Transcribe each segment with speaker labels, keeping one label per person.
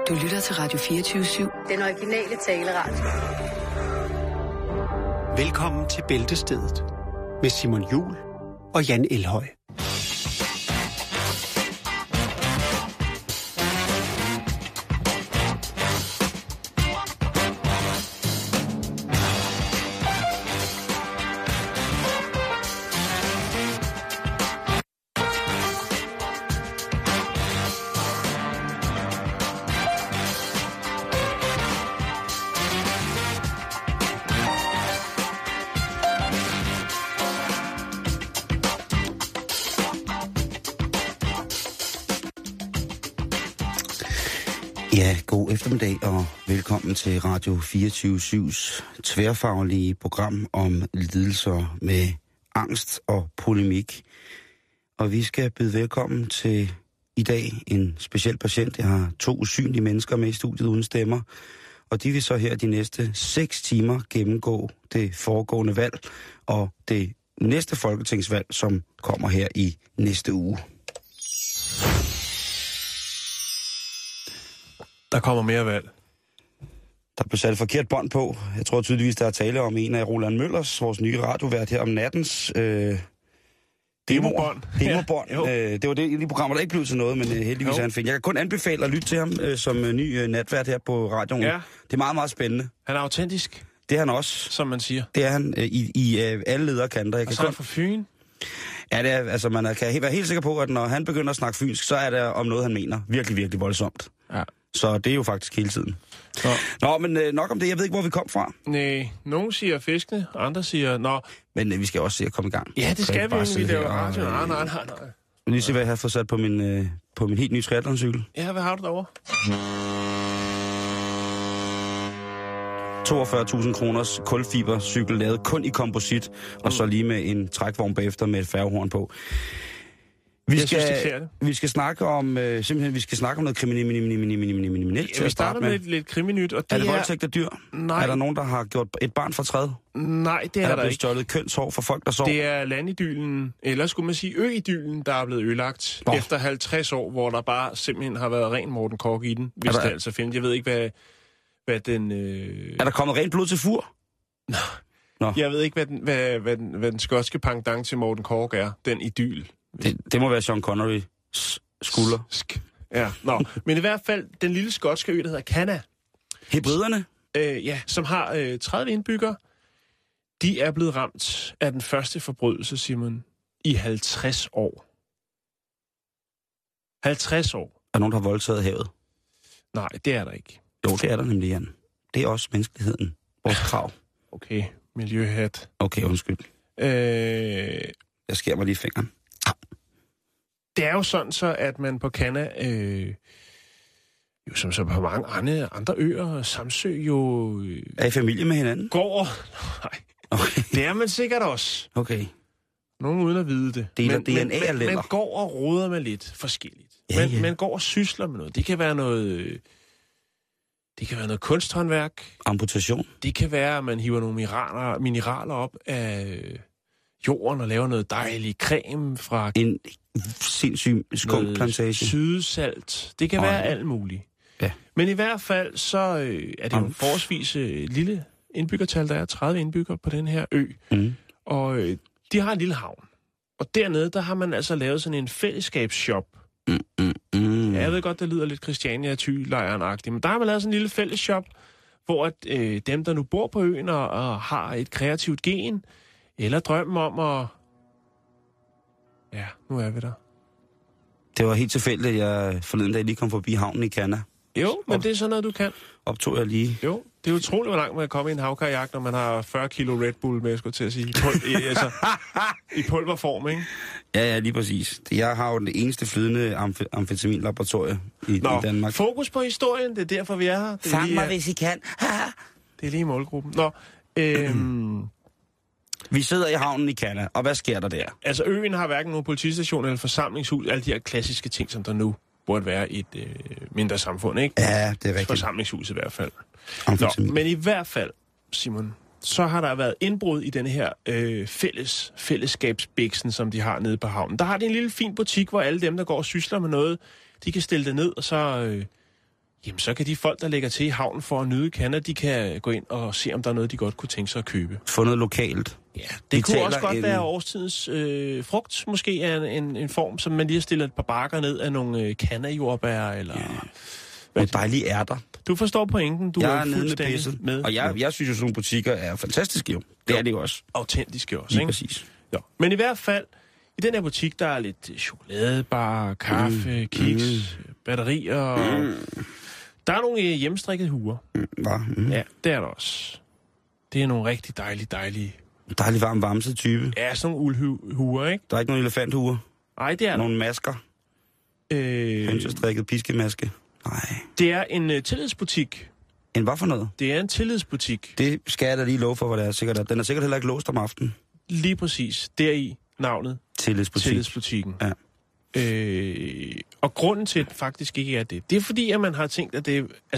Speaker 1: Du lytter til Radio 24/7.
Speaker 2: Den originale taleradio.
Speaker 3: Velkommen til Bæltestedet med Simon Juhl og Jan Elhøj.
Speaker 4: Ja, god eftermiddag og velkommen til Radio 24/7's tværfaglige program om lidelser med angst og polemik. Og vi skal byde velkommen til i dag en speciel patient. Jeg har 2 usynlige mennesker med i studiet uden stemmer, og de vil så her de næste 6 timer gennemgå det foregående valg og det næste folketingsvalg, som kommer her i næste uge.
Speaker 5: Der kommer mere valg.
Speaker 4: Der blev sat et forkert bånd på. Jeg tror tydeligvis, der er tale om en af Roland Møllers, vores nye radiovært her om nattens
Speaker 5: demobånd.
Speaker 4: Demobånd. Ja, det var det i de programmer, der ikke blev til noget, men heldigvis er han fin. Jeg kan kun anbefale at lytte til ham som ny natvært her på radioen. Ja. Det er meget, meget spændende.
Speaker 5: Han er autentisk.
Speaker 4: Det er han også.
Speaker 5: Som man siger.
Speaker 4: Det er han i alle lederkanter.
Speaker 5: Og så er han fra Fyn.
Speaker 4: Ja, det er, altså man kan være helt sikker på, at når han begynder at snakke fynsk, så er det om noget, han mener. Virkelig, virkelig voldsomt. Ja. Så det er jo faktisk hele tiden. Nå, men nok om det. Jeg ved ikke, hvor vi kom fra.
Speaker 5: Nej, nogen siger fiskene, andre siger nå.
Speaker 4: Men vi skal også se at komme i gang.
Speaker 5: Ja, det skal vi, vi laver radio. Nej.
Speaker 4: Lige se, hvad jeg har fået sat på min helt nye triathloncykel.
Speaker 5: Ja, hvad har du derovre?
Speaker 4: 42.000 kroners kulfibercykel, lavet kun i komposit, og så lige med en trækvogn bagefter med et færgehorn på. Vi skal snakke om noget kriminelt.
Speaker 5: Ja, vi starter med lidt kriminyt. Og
Speaker 4: er det voldtægt af dyr?
Speaker 5: Nej.
Speaker 4: Er der nogen, der har gjort et barn fortræd?
Speaker 5: Nej, det er der ikke.
Speaker 4: Er der blevet stjålet kønshår for folk, der sover?
Speaker 5: Det er landidyllen, eller skulle man sige øidyllen, der er blevet ødelagt efter 50 år, hvor der bare simpelthen har været ren Morten Korch i den, hvis det altså findes. Jeg ved ikke, hvad den...
Speaker 4: Er der kommet rent blod til fur?
Speaker 5: Nå. Jeg ved ikke, hvad den skotske pendant til Morten Korch er, den idyl.
Speaker 4: Det må være Sean Connery skulder.
Speaker 5: Ja, men i hvert fald den lille skotske ø, der hedder Canna.
Speaker 4: Hebriderne?
Speaker 5: Ja, som har 30 indbyggere. De er blevet ramt af den første forbrydelse, Simon, i 50 år. 50 år.
Speaker 4: Er nogen, der har voldtaget havet?
Speaker 5: Nej, det er der ikke.
Speaker 4: Jo, det er der nemlig, Jan. Det er også menneskeligheden. Vores krav.
Speaker 5: Okay, miljøhat.
Speaker 4: Okay, undskyld. Jeg skærer mig lige i fingeren.
Speaker 5: Det er jo sådan så, at man på Canna, jo som så på mange andre øer, Samsø jo...
Speaker 4: er i familie med hinanden?
Speaker 5: Går... Nej, okay. Det er man sikkert også.
Speaker 4: Okay.
Speaker 5: Nogen uden at vide det.
Speaker 4: Deler DNA og
Speaker 5: man går og roder med lidt forskelligt. Man går og sysler med noget. Det kan være noget... Det kan være noget kunsthåndværk.
Speaker 4: Amputation.
Speaker 5: Det kan være, at man hiver nogle mineraler op af jorden og laver noget dejlig creme fra...
Speaker 4: En sindssyg skumplantage.
Speaker 5: Sydsalt. Det kan være alt muligt. Ja. Men i hvert fald så er det jo forholdsvis lille indbyggertal. Der er 30 indbyggere på den her ø. Mm. Og de har en lille havn. Og dernede, der har man altså lavet sådan en fællesskabsshop. Ja, jeg ved godt, det lyder lidt Christiania-Thy-lejren-agtigt, men der har man lavet sådan en lille fællesshop, hvor dem, der nu bor på øen og har et kreativt gen, eller drømmen om at... Ja, nu er vi der.
Speaker 4: Det var helt tilfældigt, at jeg forleden dag lige kom forbi havnen i Canna.
Speaker 5: Jo, men det er sådan noget, du kan.
Speaker 4: Optog jeg lige.
Speaker 5: Jo, det er utroligt, hvor langt man kan komme i en havkajak, når man har 40 kilo Red Bull med, skulle til at sige. I pulverform, ikke?
Speaker 4: Ja, lige præcis. Jeg har jo det eneste flydende amfetaminlaboratorie i Danmark.
Speaker 5: Fokus på historien, det er derfor, vi er her.
Speaker 4: Fang mig, hvis I kan.
Speaker 5: Det er lige målgruppen.
Speaker 4: Vi sidder i havnen i Canna, og hvad sker der der?
Speaker 5: Altså, øen har hverken nogen politistation eller forsamlingshus, alle de her klassiske ting, som der nu burde være i et mindre samfund, ikke?
Speaker 4: Ja, det er rigtigt.
Speaker 5: Forsamlingshus i hvert fald. Men i hvert fald, Simon, så har der været indbrud i denne her fællesskabsbiksen, som de har nede på havnen. Der har de en lille fin butik, hvor alle dem, der går og sysler med noget, de kan stille det ned, og jamen så kan de folk, der lægger til i havnen for at nyde kander, de kan gå ind og se, om der er noget, de godt kunne tænke sig at købe.
Speaker 4: Få noget lokalt.
Speaker 5: Ja, det kunne også godt være årstidens frugt, måske er en form, som man lige har stillet et par bakker ned af nogle kanderjordbær, eller... Ja.
Speaker 4: Nogle dejlige ærter.
Speaker 5: Du forstår pointen, du
Speaker 4: jeg
Speaker 5: er fuldstændig med.
Speaker 4: Og jeg synes jo, sådan nogle butikker er fantastiske jo. Det er det jo også.
Speaker 5: Autentiske også,
Speaker 4: lige
Speaker 5: ikke?
Speaker 4: Præcis.
Speaker 5: Jo. Men i hvert fald, i den her butik, der er lidt chokoladebar, kaffe, kiks, batterier. Der er nogle hjemmestrikkede huer. Ja, det er der også. Det er nogle rigtig dejlige...
Speaker 4: Dejlig varmset type.
Speaker 5: Ja, sådan nogle uldhuer, ikke?
Speaker 4: Der er ikke nogen elefanthuer.
Speaker 5: Nej, det er
Speaker 4: nogle masker. Hønsestrikket piskemaske. Nej.
Speaker 5: Det er en tillidsbutik.
Speaker 4: En hvad for noget?
Speaker 5: Det er en tillidsbutik.
Speaker 4: Det skal jeg da lige love for, hvad det er sikkert. Den er sikkert heller ikke låst om aftenen.
Speaker 5: Lige præcis. Deri navnet. Tillidsbutikken.
Speaker 4: Ja.
Speaker 5: Og grunden til, at det faktisk ikke er det er fordi, at man har tænkt, at det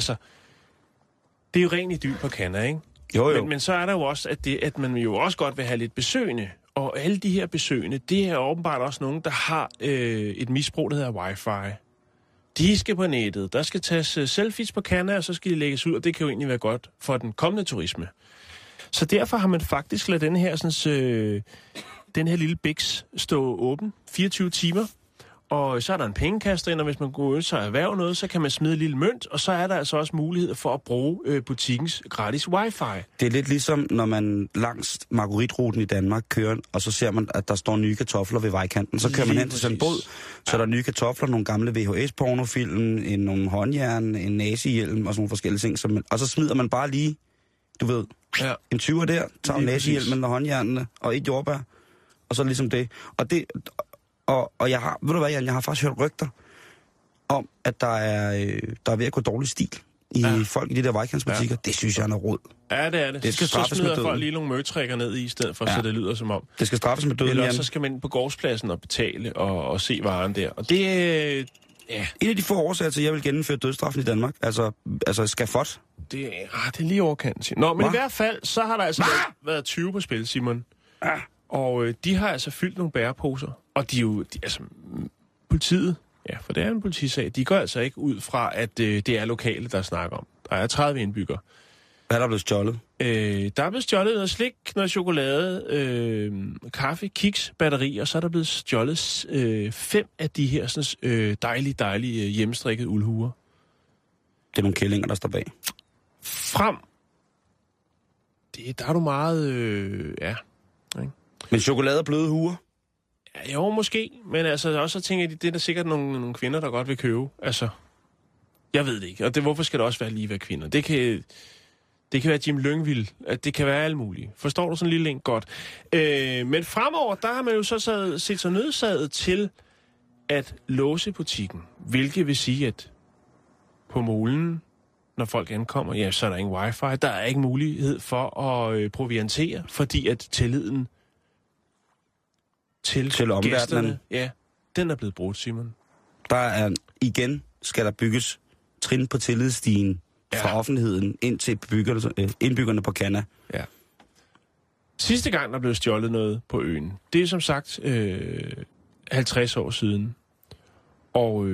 Speaker 5: er jo ren idyl på Canna, ikke?
Speaker 4: Jo.
Speaker 5: Men så er der jo også, at man jo også godt vil have lidt besøgende. Og alle de her besøgende, det er åbenbart også nogen, der har et misbrug, der hedder wifi. De skal på nettet. Der skal tages selfies på Canna, og så skal de lægges ud, og det kan jo egentlig være godt for den kommende turisme. Så derfor har man faktisk ladet den her lille biks stå åben 24 timer. Og så er der en pengekaster ind, og hvis man går ønske sig at erhverve noget, så kan man smide en lille mønt, og så er der altså også mulighed for at bruge butikkens gratis wifi. Det
Speaker 4: er lidt ligesom, når man langs Marguerite-ruten i Danmark kører, og så ser man, at der står nye kartofler ved vejkanten. Så kører man hen til sådan en båd, så er der nye kartofler, nogle gamle VHS-pornofilm, nogle håndjern, en nazihjelm og sådan nogle forskellige ting. Og så smider man bare lige, du ved, en 20'er der, tager nazihjelmen og håndjernene og et jordbær, og så ligesom det. Og jeg har, ved du hvad, Jan, jeg har faktisk hørt rygter om, at der er ved at gå dårlig stil i folk i de der vejkantsbutikker. Det synes jeg er noget råd.
Speaker 5: Ja, det er det.
Speaker 4: Det skal straffes med døden. Så smider
Speaker 5: folk lige nogle møtrækker ned i stedet for, så det lyder som om.
Speaker 4: Det skal straffes med døden,
Speaker 5: eller så skal man ind på gårdspladsen og betale og se varen der. Og det er...
Speaker 4: En af de få årsager til, at jeg vil gennemføre dødsstraffen i Danmark. Altså skafot.
Speaker 5: Det er lige overkanten. Nå, men i hvert fald, så har der altså været 20 på spil, Simon. Og de har altså fyldt nogle bæreposer. Og de er jo, politiet, for det er en politisag, de går altså ikke ud fra, at det er lokale, der snakker om. Der er 30 indbyggere.
Speaker 4: Hvad er der blevet stjålet?
Speaker 5: Der er blevet stjålet noget slik, noget chokolade, kaffe, kiks, batteri, og så er der blevet stjålet 5 af de her sådan, dejlige hjemmestrikkede uldhuer.
Speaker 4: Det er nogle kællinger, der står bag.
Speaker 5: Frem. Der er du meget, ikke?
Speaker 4: Men chokolade og bløde huer?
Speaker 5: Ja, jo, måske. Men altså, også så tænker jeg, det er der sikkert nogle kvinder, der godt vil købe. Altså, jeg ved det ikke. Og hvorfor skal det også være lige ved kvinder? Det kan være Jim Lyngvild. Det kan være alt muligt. Forstår du sådan en lille link? Godt. Men fremover, der har man jo så set sig nødsaget til at låse butikken. Hvilket vil sige, at på molen, når folk ankommer, så er der ingen wifi. Der er ikke mulighed for at proviantere, fordi at tilliden til omverdenen, den er blevet brudt, Simon.
Speaker 4: Der er igen, skal der bygges trin på tillidsstigen fra offentligheden ind til indbyggerne på Canna. Ja.
Speaker 5: Sidste gang, der blev stjålet noget på øen, det er som sagt 50 år siden. Og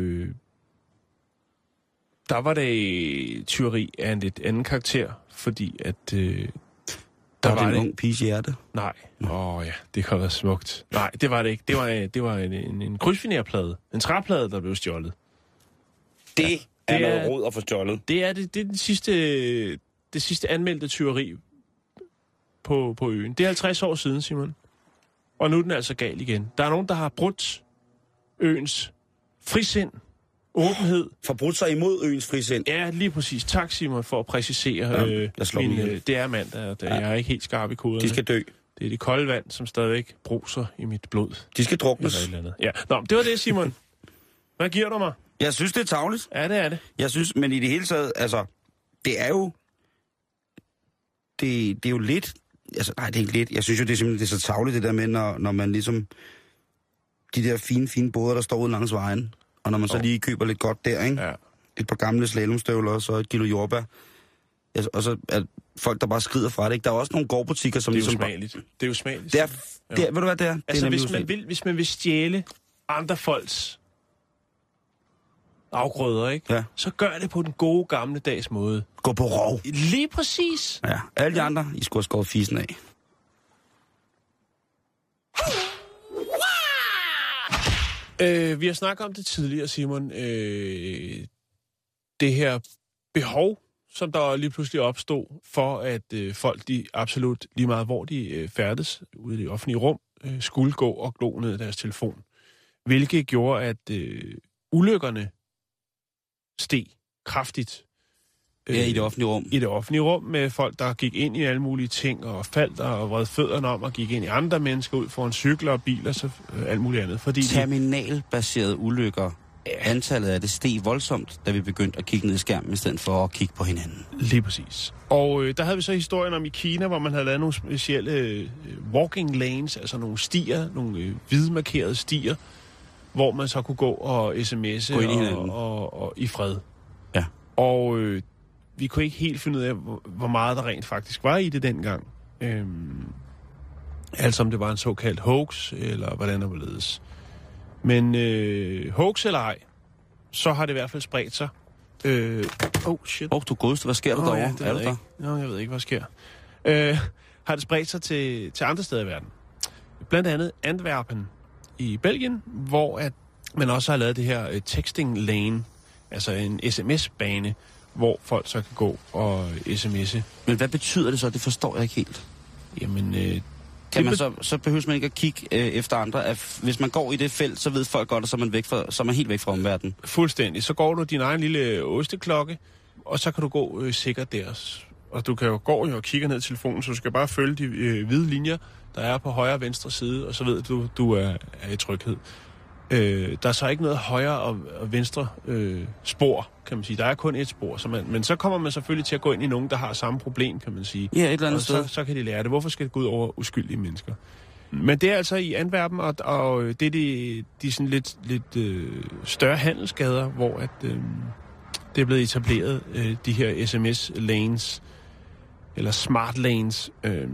Speaker 5: der var det tyveri af en lidt anden karakter, fordi at...
Speaker 4: Der var en ung piges hjerte?
Speaker 5: Nej. Det kan være smukt. Nej, det var det ikke. Det var en krydsfinerplade. En træplade, der blev stjålet.
Speaker 4: Det er noget rod at få stjålet.
Speaker 5: Det er det sidste anmeldte tyveri på øen. Det er 50 år siden, Simon. Og nu er den altså gal igen. Der er nogen, der har brudt øens frisind, åbenhed.
Speaker 4: Forbrudt sig imod øens frisind?
Speaker 5: Ja, lige præcis. Tak, Simon, for at præcisere. Det er mandag, jeg er ikke helt skarp i koderne.
Speaker 4: De skal dø.
Speaker 5: Det er det kolde vand, som stadigvæk bruser i mit blod.
Speaker 4: De skal druknes.
Speaker 5: Ja. Nå, det var det, Simon. Hvad giver du mig?
Speaker 4: Jeg synes, det er tarveligt.
Speaker 5: Ja, det er det.
Speaker 4: Jeg synes, men i det hele taget, altså, det er jo... Det er jo lidt... Altså, nej, det er ikke lidt. Jeg synes jo, det er simpelthen det er så tarveligt, det der med, når man ligesom... De der fine boder, der står ude langs vejen. Og når man så lige køber lidt godt der, ikke? Ja. Et par gamle slalomstøvler, og så et kilo jordbær. Og så er folk, der bare skrider fra det, ikke? Der er også nogle gårdbutikker, som...
Speaker 5: Det er jo smageligt. Det er jo smageligt.
Speaker 4: Ved du hvad det er?
Speaker 5: Altså, hvis man vil stjæle andre folks afgrøder, ikke?
Speaker 4: Ja.
Speaker 5: Så gør det på den gode gamle dags måde.
Speaker 4: Gå på rov.
Speaker 5: Lige præcis.
Speaker 4: Ja, alle de andre, I skulle have skåret fisen af.
Speaker 5: Vi har snakket om det tidligere, Simon. Det her behov, som der lige pludselig opstod, for at folk, de absolut lige meget, hvor de færdes ude i det offentlige rum, skulle gå og glo ned i deres telefon. Hvilket gjorde, at ulykkerne steg kraftigt.
Speaker 4: Ja, i det offentlige rum.
Speaker 5: I det offentlige rum, med folk, der gik ind i alle mulige ting, og faldt og vred fødderne om, og gik ind i andre mennesker ud foran cykler og biler, så alt muligt andet. Fordi
Speaker 4: terminalbaserede ulykker, antallet af det steg voldsomt, da vi begyndte at kigge ned i skærmen, i stedet for at kigge på hinanden.
Speaker 5: Lige præcis. Og der havde vi så historien om i Kina, hvor man havde lavet nogle specielle walking lanes, altså nogle stier, nogle hvidmarkerede stier, hvor man så kunne gå og sms'e og i fred.
Speaker 4: Ja.
Speaker 5: Og vi kunne ikke helt finde ud af, hvor meget der rent faktisk var i det dengang. Altså om det var en såkaldt hoax, eller hvordan der var ledes. Men hoax eller ej, så har det i hvert fald spredt sig. Shit.
Speaker 4: Du godeste, hvad sker der derovre?
Speaker 5: Ja, det
Speaker 4: er du der?
Speaker 5: Nå, jeg ved ikke, hvad sker. Har det spredt sig til andre steder i verden. Blandt andet Antwerpen i Belgien, hvor at man også har lavet det her texting lane, altså en sms-bane, hvor folk så kan gå og sms'e.
Speaker 4: Men hvad betyder det så? Det forstår jeg ikke helt.
Speaker 5: Jamen,
Speaker 4: kan man så behøver man ikke at kigge efter andre. Hvis man går i det felt, så ved folk godt, at så er man helt væk fra omverdenen.
Speaker 5: Fuldstændig. Så går du din egen lille osteklokke, og så kan du gå sikkert der. Og du kan jo gå og kigge ned i telefonen, så du skal bare følge de hvide linjer, der er på højre og venstre side, og så ved du er i tryghed. Der er så ikke noget højre og venstre spor, kan man sige. Der er kun et spor. Men så kommer man selvfølgelig til at gå ind i nogen, der har samme problem, kan man sige.
Speaker 4: Ja, et eller andet sted.
Speaker 5: Så kan de lære det. Hvorfor skal det gå ud over uskyldige mennesker? Men det er altså i Antwerpen, og det er de sådan lidt større handelsgader, hvor at, det er blevet etableret, de her SMS-lanes, eller smart lanes.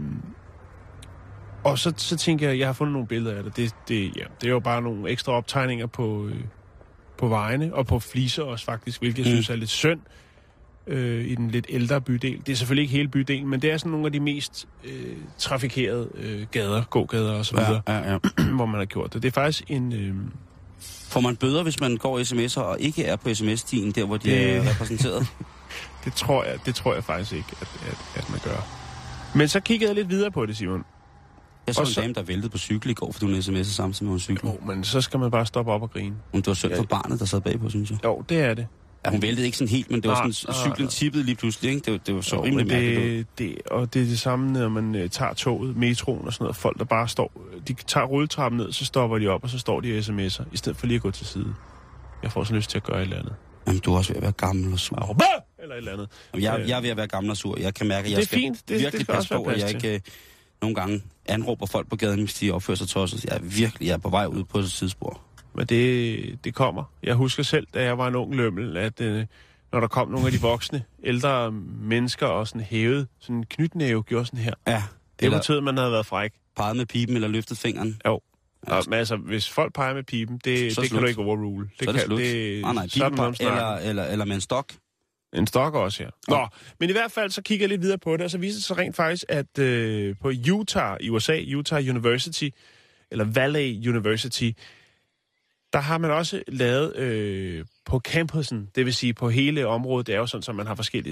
Speaker 5: Og så tænker jeg har fundet nogle billeder af det. Det er jo bare nogle ekstra optegninger på vejene, og på fliser også faktisk, hvilket jeg synes er lidt synd i den lidt ældre bydel. Det er selvfølgelig ikke hele bydelen, men det er sådan nogle af de mest trafikerede gader, gågader og så videre, hvor man har gjort det. Det er faktisk en...
Speaker 4: Får man bøder, hvis man går sms'er og ikke er på sms-stien, der hvor de er repræsenteret?
Speaker 5: det tror jeg faktisk ikke, at man gør. Men så kiggede jeg lidt videre på det, Simon.
Speaker 4: Jeg så en dame, der væltede på cykel i går, fordi hun sms'ede samtidig med en cykel.
Speaker 5: Men så skal man bare stoppe op og grine.
Speaker 4: Det var synd for barnet, der sad bagpå, synes jeg.
Speaker 5: Jo, det er det.
Speaker 4: Ja, hun væltede ikke sådan helt, men det var sådan, cyklen tippede lige pludselig, ikke? Det var så rimelig mærkeligt.
Speaker 5: Og det er det samme, når man tager toget, metroen og sådan noget. Folk, der bare står, de tager rulletrappen ned, så stopper de op, og så står de og sms'er, i stedet for lige at gå til side. Jeg får sådan lyst til at gøre et eller andet.
Speaker 4: Jamen, du er også ved at være gammel og sur.
Speaker 5: Eller et eller andet.
Speaker 4: Jeg er ved at være gammel og sur. Jeg kan mærke, at jeg skal virkelig passe på, at jeg ikke nogle gange anråber folk på gaden, hvis de opfører sig tosset. Jeg er på vej ud på et sidespor.
Speaker 5: Men det kommer. Jeg husker selv, da jeg var en ung lømmel, at når der kom nogle af de voksne, ældre mennesker og sådan hævede, sådan en knytnæve gjorde sådan her.
Speaker 4: Ja.
Speaker 5: Det betød, at man havde været fræk.
Speaker 4: Peget med pipen eller løftet fingeren.
Speaker 5: Jo. Men altså, hvis folk peger med pipen, det kan du ikke overrule.
Speaker 4: Så er det slut. Eller med en stok.
Speaker 5: En stok også, ja. Nå, men i hvert fald så kigger jeg lidt videre på det, og så viser det sig rent faktisk, at på Utah i USA, Utah University, eller Valley University, der har man også lavet på campusen, det vil sige på hele området, det er jo sådan, at man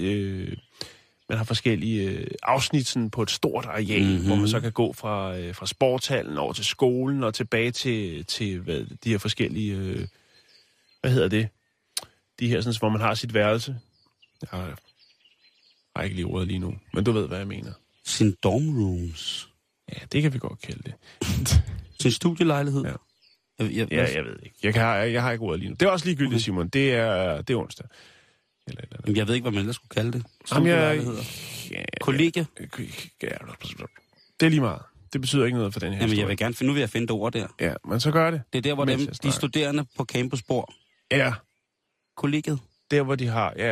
Speaker 5: har forskellige afsnit sådan på et stort areal, hvor man så kan gå fra sportshallen over til skolen og tilbage til de her forskellige, hvad hedder det? De her, sådan, hvor man har sit værelse. Jeg har ikke lige ordet lige nu, men du ved, hvad jeg mener.
Speaker 4: Sin dorm rooms.
Speaker 5: Ja, det kan vi godt kalde det.
Speaker 4: Sin studielejlighed.
Speaker 5: Ja. Jeg ved ikke. Jeg har ikke ordet lige nu. Det er også ligegyldigt, Simon. Det er onsdag. Eller.
Speaker 4: Jamen, jeg ved ikke, hvad man ellers skulle kalde det. Kollegie?
Speaker 5: Det er lige meget. Det betyder ikke noget for den her
Speaker 4: Jamen,
Speaker 5: historie.
Speaker 4: jeg vil gerne finde ud af at finde det ord der.
Speaker 5: Ja, men så gør det.
Speaker 4: Det er der, hvor de studerende på campus bor.
Speaker 5: Ja.
Speaker 4: Kollegiet?
Speaker 5: Der, hvor de har, ja.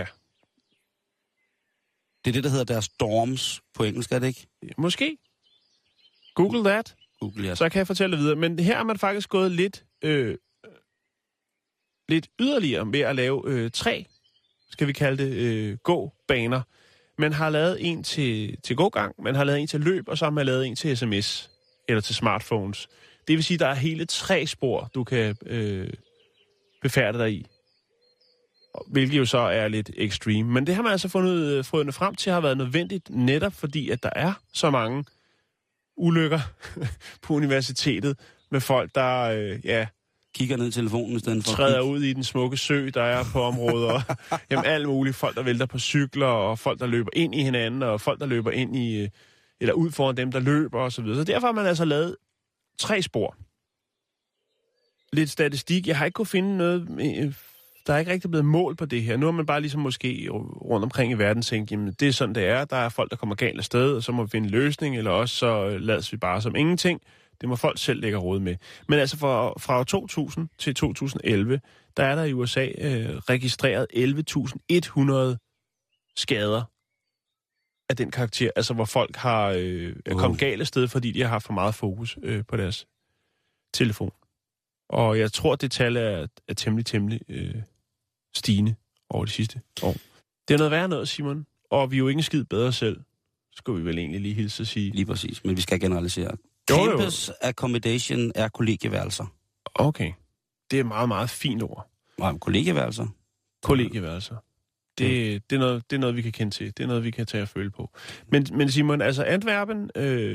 Speaker 4: Det er det, der hedder deres dorms på engelsk, er det ikke?
Speaker 5: Måske. Google that.
Speaker 4: Google, ja.
Speaker 5: Så kan jeg fortælle det videre. Men her er man faktisk gået lidt lidt yderligere ved at lave 3, skal vi kalde det, gåbaner. Man har lavet en til gågang, man har lavet en til løb, og så har man lavet en til sms eller til smartphones. Det vil sige, at der er hele 3 spor, du kan befærde dig i. Hvilket jo så er lidt extreme. Men det har man altså fundet frem til har været nødvendigt, netop fordi, at der er så mange ulykker på universitetet med folk, der
Speaker 4: kigger ned i telefonen i stedet for
Speaker 5: træder ud i den smukke sø, der er på områder. Jamen alt muligt. Folk, der vælter på cykler, og folk, der løber ind i hinanden, og folk, der løber ind i, eller ud foran dem, der løber, og så videre. Så derfor har man altså lavet 3 spor. Lidt statistik. Jeg har ikke kunnet finde noget. Der er ikke rigtig blevet mål på det her. Nu har man bare ligesom måske rundt omkring i verden tænkt, jamen det er sådan, det er. Der er folk, der kommer galt af sted, og så må vi finde en løsning, eller også så lades vi bare som ingenting. Det må folk selv lægge råd med. Men altså fra 2000 til 2011, der er der i USA registreret 11.100 skader af den karakter. Altså hvor folk har kommet galt af sted, fordi de har haft for meget fokus på deres telefon. Og jeg tror, det tal er temmelig stigende over de sidste år. Det er noget værre noget, Simon. Og vi er jo ikke en skid bedre selv, skulle vi vel egentlig lige hilse at sige.
Speaker 4: Lige præcis, men vi skal generalisere. Campus accommodation er kollegieværelser.
Speaker 5: Okay. Det er et meget, meget fint ord.
Speaker 4: Kollegieværelser?
Speaker 5: Kollegieværelser. Det er noget, vi kan kende til. Det er noget, vi kan tage og føle på. Men Simon, altså Antwerpen,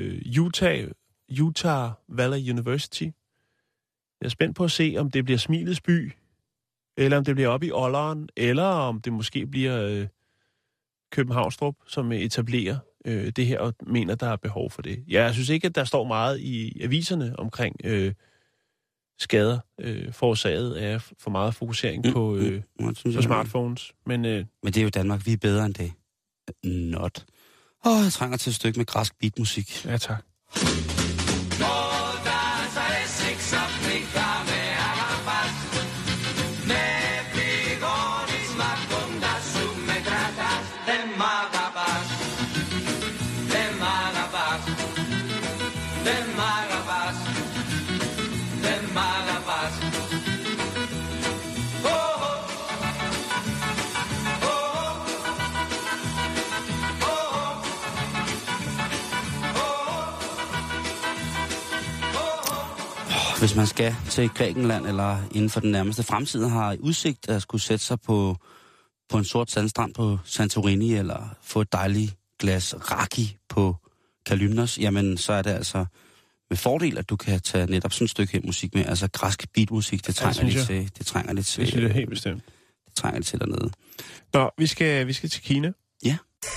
Speaker 5: Utah Valley University. Jeg er spændt på at se, om det bliver Smilets by, eller om det bliver oppe i Olderen, eller om det måske bliver Københavnstrup, som etablerer det her og mener, der er behov for det. Jeg synes ikke, at der står meget i aviserne omkring skader forårsaget af for meget fokusering på smartphones. Men
Speaker 4: det er jo Danmark, vi er bedre end det. Not. Jeg trænger til et stykke med græsk beatmusik.
Speaker 5: Ja, tak.
Speaker 4: Hvis man skal til Grækenland eller inden for den nærmeste fremtid har udsigt at skulle sætte sig på en sort sandstrand på Santorini eller få et dejligt glas raki på Kalymnos, jamen så er det altså med fordel, at du kan tage netop sådan et stykke her musik med. Altså græsk beatmusik, det trænger lidt til. Det trænger lidt til.
Speaker 5: Det synes jeg helt bestemt.
Speaker 4: Det trænger lidt til dernede.
Speaker 5: Nå, vi skal til Kina.
Speaker 4: Ja.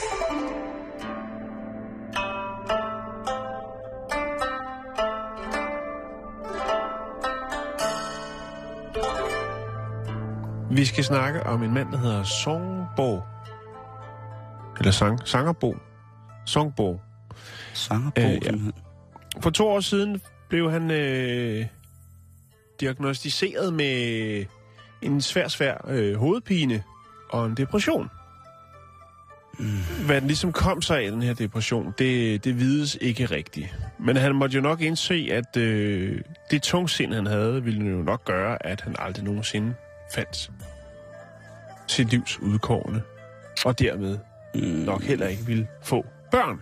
Speaker 5: Vi skal snakke om en mand, der hedder Songbo. Eller Sangerbo. Songbo.
Speaker 4: Sangerbo,
Speaker 5: ja. For 2 år siden blev han diagnosticeret med en svær hovedpine og en depression. Hvad den ligesom kom sig af, den her depression, det vides ikke rigtigt. Men han måtte jo nok indse, at det tungsind, han havde, ville jo nok gøre, at han aldrig nogensinde fandt sit livs udkårne, og dermed nok heller ikke ville få børn.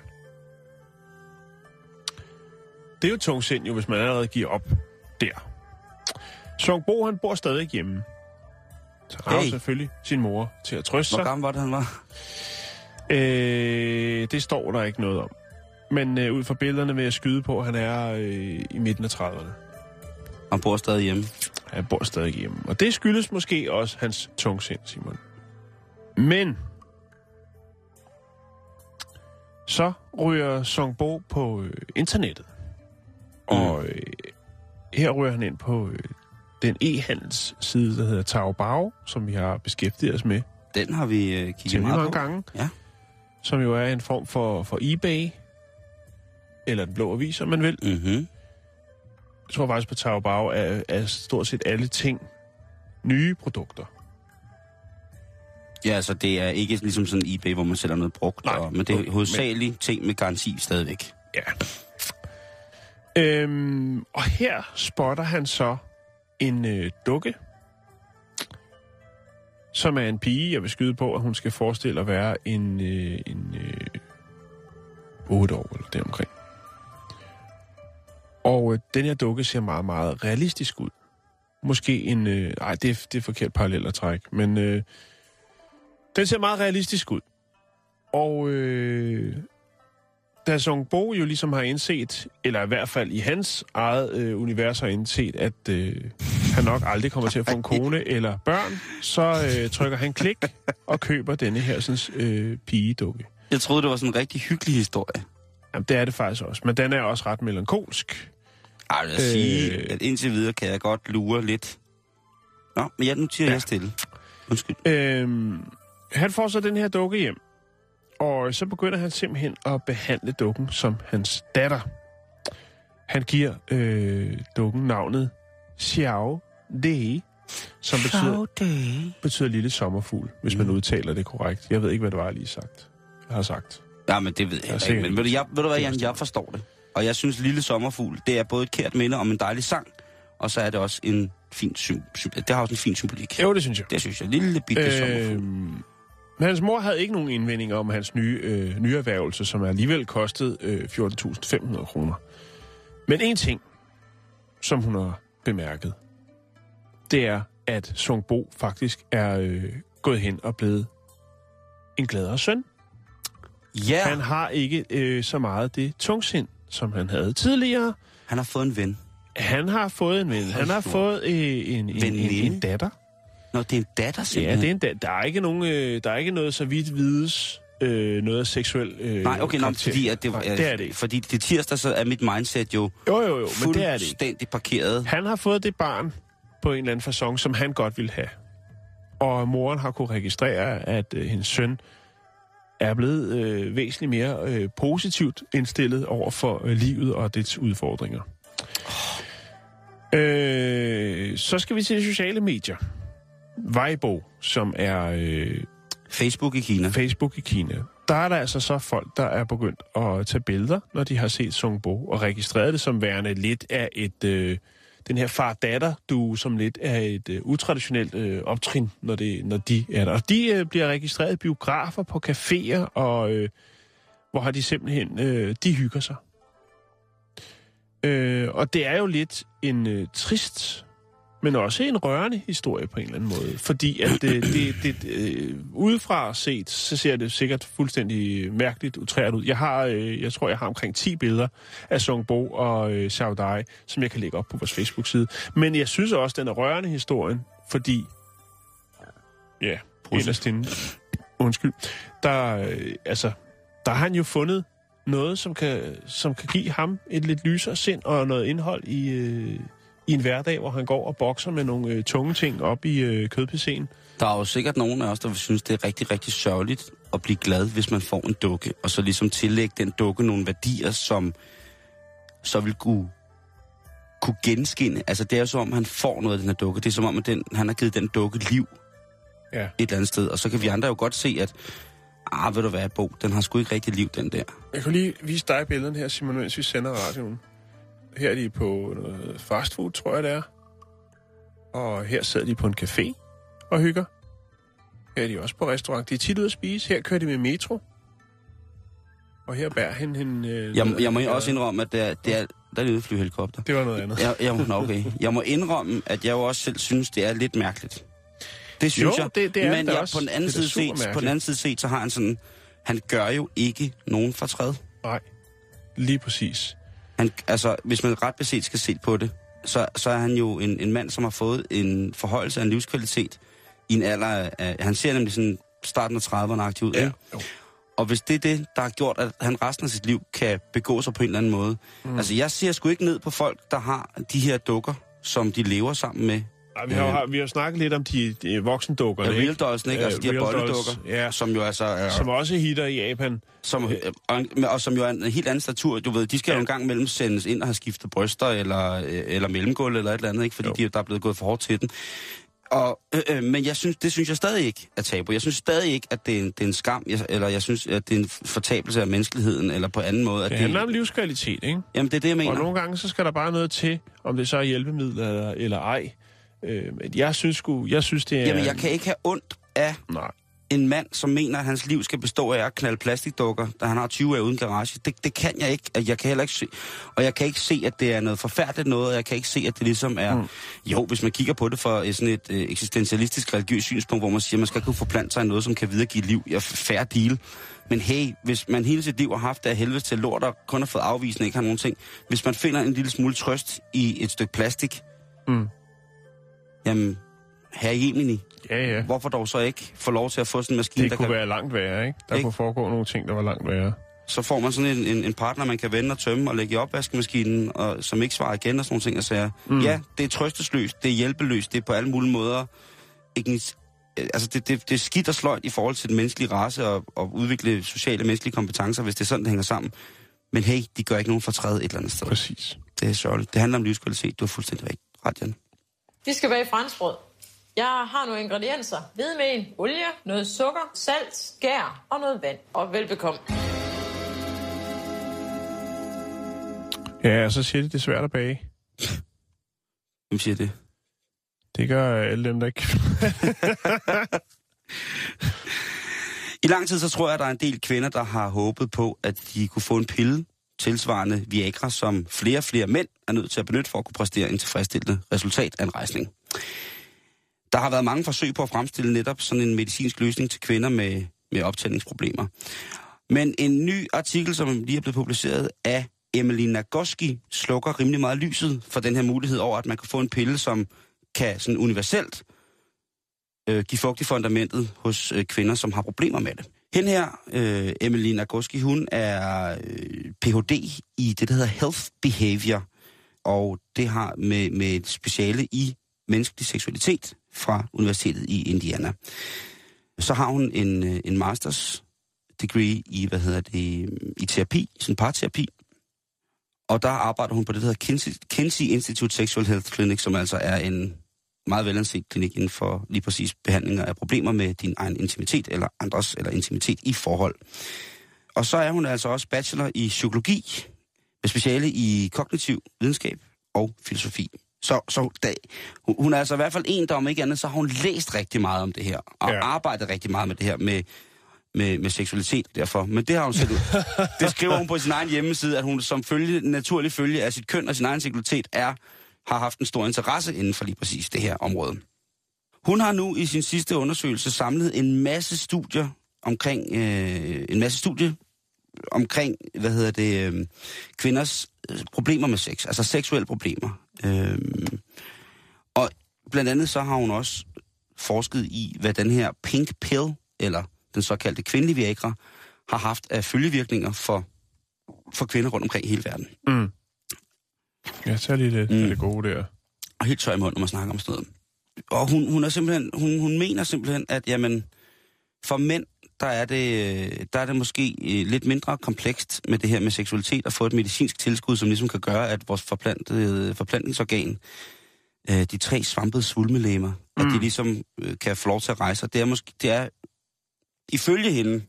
Speaker 5: Det er jo tungsind, jo, hvis man allerede giver op der. Songbo, han bor stadig hjemme. Så har han selvfølgelig sin mor til at trøste sig.
Speaker 4: Hvor gammel var det, han var?
Speaker 5: Det står der ikke noget om. Men ud fra billederne vil jeg skyde på, at han er i midten af 30'erne.
Speaker 4: Han bor stadig hjemme?
Speaker 5: Han bor stadig hjemme. Og det skyldes måske også hans tungsind, Simon. Men så ryger Songbo på internettet. Og her ryger han ind på den e-handelsside, der hedder Taobao, som vi har beskæftiget os med.
Speaker 4: Den har vi kigget meget
Speaker 5: mange gange.
Speaker 4: Ja.
Speaker 5: Som jo er en form for eBay. Eller den blå avis, om man vil.
Speaker 4: Mhm.
Speaker 5: Jeg tror faktisk på Taobao er stort set alle ting nye produkter.
Speaker 4: Ja, altså det er ikke ligesom sådan en eBay, hvor man sælger noget brugt.
Speaker 5: Nej,
Speaker 4: men det er hovedsageligt ting med garanti stadigvæk.
Speaker 5: Ja. Og her spotter han så en dukke, som er en pige, jeg vil skyde på, at hun skal forestille at være en 8 år eller deromkring. Og den her dukke ser meget, meget realistisk ud. Måske en... det er forkert parallel at trække, men den ser meget realistisk ud. Og da Sung Bo jo ligesom har indset, eller i hvert fald i hans eget univers har indset, at han nok aldrig kommer til at få en kone eller børn, så trykker han klik og køber denne her sådan, pigedukke.
Speaker 4: Jeg troede, det var sådan en rigtig hyggelig historie.
Speaker 5: Jamen, det er det faktisk også, men den er også ret melankolsk.
Speaker 4: Jeg vil sige, at indtil videre kan jeg godt lure lidt. Nå, men nu tiger jeg stille. Undskyld.
Speaker 5: Han får så den her dukke hjem, og så begynder han simpelthen at behandle dukken som hans datter. Han giver dukken navnet Xiao Dei, som betyder lille sommerfugl, hvis man udtaler det korrekt. Jeg ved ikke, hvad det var, jeg lige sagt. Jeg har sagt.
Speaker 4: Ja, men det ved jeg ikke. Men ved du hvad, Jan, jeg forstår det. Og jeg synes, lille sommerfugl, det er både et kært minde om en dejlig sang, og så er det også en fin det har også en fin symbolik.
Speaker 5: Jo, det synes jeg.
Speaker 4: Det synes jeg. Lille bitte sommerfugl.
Speaker 5: Men hans mor havde ikke nogen indvendinger om hans nye erhvervelse, som alligevel kostede 14.500 kroner. Men en ting, som hun har bemærket, det er, at Sung Bo faktisk er gået hen og blevet en gladere søn.
Speaker 4: Ja.
Speaker 5: Han har ikke så meget det tungsind, som han havde tidligere.
Speaker 4: Han har fået en ven.
Speaker 5: Han har fået en ven. Han har fået en datter.
Speaker 4: Nå, det er en datter simpelthen?
Speaker 5: Ja, det er en datter. Der er ikke noget, så vidt vides, noget seksuelt
Speaker 4: nej, okay, fordi at det er det. Fordi det tirsdag, så er mit mindset jo
Speaker 5: men det er det
Speaker 4: fuldstændig parkeret.
Speaker 5: Han har fået det barn på en eller anden facon, som han godt ville have. Og moren har kunne registrere, at hendes søn er blevet væsentligt mere positivt indstillet over for livet og dets udfordringer. Så skal vi til de sociale medier. Weibo, som er
Speaker 4: Facebook i Kina.
Speaker 5: Der er der altså så folk, der er begyndt at tage billeder, når de har set Sung Bo, og registreret det som værende lidt af et... den her far-datter-duo, som lidt er et utraditionelt optrin, når de er der. Og de bliver registreret i biografer, på caféer, og hvor har de simpelthen... de hygger sig. Og det er jo lidt en trist, men også en rørende historie på en eller anden måde. Fordi at udefra set, så ser det sikkert fuldstændig mærkeligt utræret ud. Jeg tror, jeg har omkring 10 billeder af Sung Bo og Xiao Dai, som jeg kan lægge op på vores Facebook-side. Men jeg synes også, den er rørende historien, fordi... Ja, inderst inde. Undskyld. Der har han jo fundet noget, som kan give ham et lidt lysere sind og noget indhold i en hverdag, hvor han går og bokser med nogle tunge ting op i kødpc'en. Der
Speaker 4: er jo sikkert nogen af os, der vil synes, det er rigtig, rigtig sørgeligt at blive glad, hvis man får en dukke, og så ligesom tillægge den dukke nogle værdier, som så vil kunne genskinne. Altså, det er jo som om, han får noget af den her dukke. Det er som om, at han har givet den dukke liv et eller andet sted. Og så kan vi andre jo godt se, at ved du hvad, Bo, den har sgu ikke rigtig liv, den der.
Speaker 5: Jeg kan lige vise dig billederne her, Simon, mens vi sender radioen. Her er de på noget fastfood, tror jeg det er. Og her sidder de på en café og hygger. Her er de også på restaurant. De er tit ude at spise. Her kører de med metro. Og her bærer han hende...
Speaker 4: Jeg må også indrømme, at der er lidt flyhelikopter.
Speaker 5: Det var noget andet.
Speaker 4: Okay. Jeg må indrømme, at jeg jo også selv synes, det er lidt mærkeligt. Det synes jeg.
Speaker 5: Det er men
Speaker 4: jeg, også, på den anden side set, så har han sådan... Han gør jo ikke nogen fortræd.
Speaker 5: Nej, lige præcis.
Speaker 4: Hvis man ret beset skal se på det, så er han jo en mand, som har fået en forhøjelse af en livskvalitet i en alder af... Han ser nemlig sådan starten af 30'erne aktiv ud, ikke? Og hvis det er det, der har gjort, at han resten af sit liv kan begå sig på en eller anden måde. Altså, jeg ser sgu ikke ned på folk, der har de her dukker, som de lever sammen med.
Speaker 5: Ja, vi har snakket lidt om de voksendukkerne,
Speaker 4: Real Dolls, ikke? Altså de her bolledukker, som jo altså...
Speaker 5: som også hitter i Japan.
Speaker 4: Som jo er en helt anden statur. Du ved, de skal jo en gang mellem sendes ind og have skiftet bryster, eller mellemgulv, eller et eller andet, ikke? Fordi der er blevet gået for hårdt til den. Men det synes jeg stadig ikke er tabu. Jeg synes stadig ikke, at det er en skam, eller jeg synes, at det er en fortabelse af menneskeligheden, eller på anden måde. At
Speaker 5: det handler om livskvalitet, ikke?
Speaker 4: Jamen, det er det, jeg mener.
Speaker 5: Og nogle gange, så skal der bare noget til, om det så er hjælpemidler eller ej. Men jeg synes det er...
Speaker 4: Jamen, jeg kan ikke have ondt af en mand, som mener, at hans liv skal bestå af at knalde plastikdukker, da han har 20 år uden garage. Det kan jeg ikke. Jeg kan heller ikke se, og jeg kan ikke se, at det er noget forfærdeligt noget, og jeg kan ikke se, at det ligesom er... Jo, hvis man kigger på det fra sådan et eksistentialistisk religiøst synspunkt, hvor man siger, at man skal kunne forplante sig i noget, som kan videregive liv. Ja, fair deal. Men hey, hvis man hele sit liv har haft det af helvede til lort, og kun har fået afvisning, ikke har nogen ting. Hvis man finder en lille smule trøst i et stykke plastik, jamen, herre Jemini, hvorfor dog så ikke få lov til at få sådan en maskine,
Speaker 5: der kunne være langt værre, ikke? Der kunne foregå nogle ting, der var langt værre.
Speaker 4: Så får man sådan en partner, man kan vende og tømme og lægge i opvaskemaskinen, og som ikke svarer igen og sådan nogle ting, og siger, ja, det er trøstesløst, det er hjælpeløst, det er på alle mulige måder ikke... Altså, det er skidt og sløjt i forhold til den menneskelige race og udvikle sociale menneskelige kompetencer, hvis det er sådan, det hænger sammen. Men hey, de gør ikke nogen fortræd et eller andet sted.
Speaker 5: Præcis.
Speaker 4: Det er sørgeligt. Det handler om livskvalitet. Du har fuldstændig ret, Jan.
Speaker 2: Vi skal bage franskbrød. Jeg har nogle ingredienser. Hvidemel, olie, noget sukker, salt, skær og noget vand. Og velbekomme.
Speaker 5: Ja, og så siger de, det er svært at bage.
Speaker 4: Hvem siger det?
Speaker 5: Det gør alle dem, der ikke...
Speaker 4: I lang tid, så tror jeg, at der er en del kvinder, der har håbet på, at de kunne få en pille tilsvarende Viagra, som flere og flere mænd er nødt til at benytte for at kunne præstere en tilfredsstillende resultat af en rejsning. Der har været mange forsøg på at fremstille netop sådan en medicinsk løsning til kvinder med optændingsproblemer. Men en ny artikel, som lige er blevet publiceret af Emily Nagoski, slukker rimelig meget lyset for den her mulighed over, at man kan få en pille, som kan sådan universelt give fugt i fundamentet hos kvinder, som har problemer med det. Hende her, Emily Nagoski, hun er Ph.D. i det, der hedder Health Behavior, og det har med et speciale i menneskelig seksualitet fra Universitetet i Indiana. Så har hun en masters degree i, i terapi, sådan parterapi, og der arbejder hun på det, der hedder Kinsey Institute Sexual Health Clinic, som altså er en meget velanset klinik inden for lige præcis behandlinger af problemer med din egen intimitet eller andres, eller intimitet i forhold. Og så er hun altså også bachelor i psykologi, med speciale i kognitiv videnskab og filosofi. Så hun er altså i hvert fald en, der om ikke andet, så har hun læst rigtig meget om det her, og arbejdet rigtig meget med det her med seksualitet derfor. Men det har hun selv. Det skriver hun på sin egen hjemmeside, at hun som naturlig følge af sit køn og sin egen seksualitet har haft en stor interesse inden for lige præcis det her område. Hun har nu i sin sidste undersøgelse samlet en masse studier omkring kvinders problemer med sex, altså seksuelle problemer. Og blandt andet så har hun også forsket i, hvad den her pink pill, eller den såkaldte kvindelige Viagra, har haft af følgevirkninger for kvinder rundt omkring i hele verden.
Speaker 5: Ja, så er det gode der.
Speaker 4: Og helt tør i munden, når man snakker om stedet. Og hun mener simpelthen, at jamen, for mænd, der er det måske lidt mindre komplekst med det her med seksualitet, at få et medicinsk tilskud, som ligesom kan gøre, at vores forplantningsorgan, de 3 svampede svulmelemmer, at de ligesom kan få lov til at rejse. Det er ifølge hende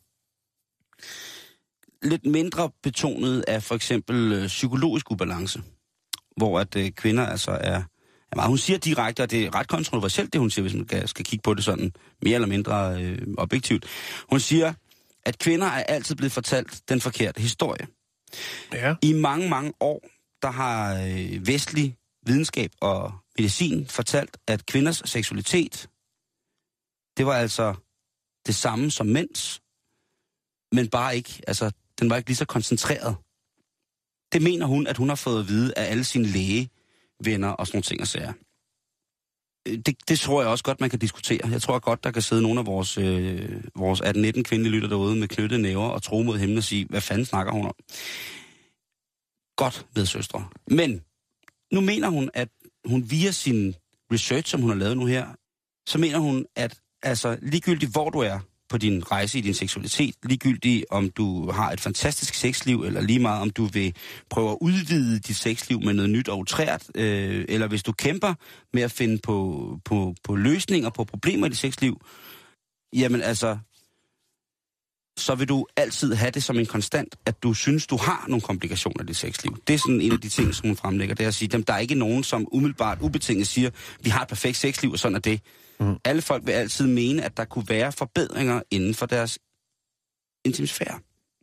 Speaker 4: lidt mindre betonet af for eksempel psykologisk ubalance, hvor at kvinder altså er meget. Hun siger direkte, og det er ret kontroversielt, det hun siger, hvis man skal kigge på det sådan mere eller mindre objektivt. Hun siger, at kvinder er altid blevet fortalt den forkerte historie.
Speaker 5: Ja.
Speaker 4: I mange, mange år, der har vestlig videnskab og medicin fortalt, at kvinders seksualitet, det var altså det samme som mænds, men bare ikke, altså, den var ikke lige så koncentreret. Det mener hun, at hun har fået at vide af alle sine lægevenner og sådan nogle ting og sager. Det tror jeg også godt, man kan diskutere. Jeg tror godt, der kan sidde nogle af vores 18-19 kvindelige lytter derude med knyttede næver og tro mod himlen og sige, hvad fanden snakker hun om? Godt, medsøstre. Men nu mener hun, at hun via sin research, som hun har lavet nu her, så mener hun, at altså ligegyldigt hvor du er på din rejse i din seksualitet, ligegyldigt om du har et fantastisk sexliv, eller lige meget om du vil prøve at udvide dit sexliv med noget nyt og utrært, eller hvis du kæmper med at finde på løsninger på problemer i dit sexliv, jamen altså, så vil du altid have det som en konstant, at du synes, du har nogle komplikationer i dit sexliv. Det er sådan en af de ting, som hun fremlægger, det er at sige, der er ikke nogen, som umiddelbart ubetinget siger, vi har et perfekt sexliv, og sådan er det. Alle folk vil altid mene, at der kunne være forbedringer inden for deres intimsfære.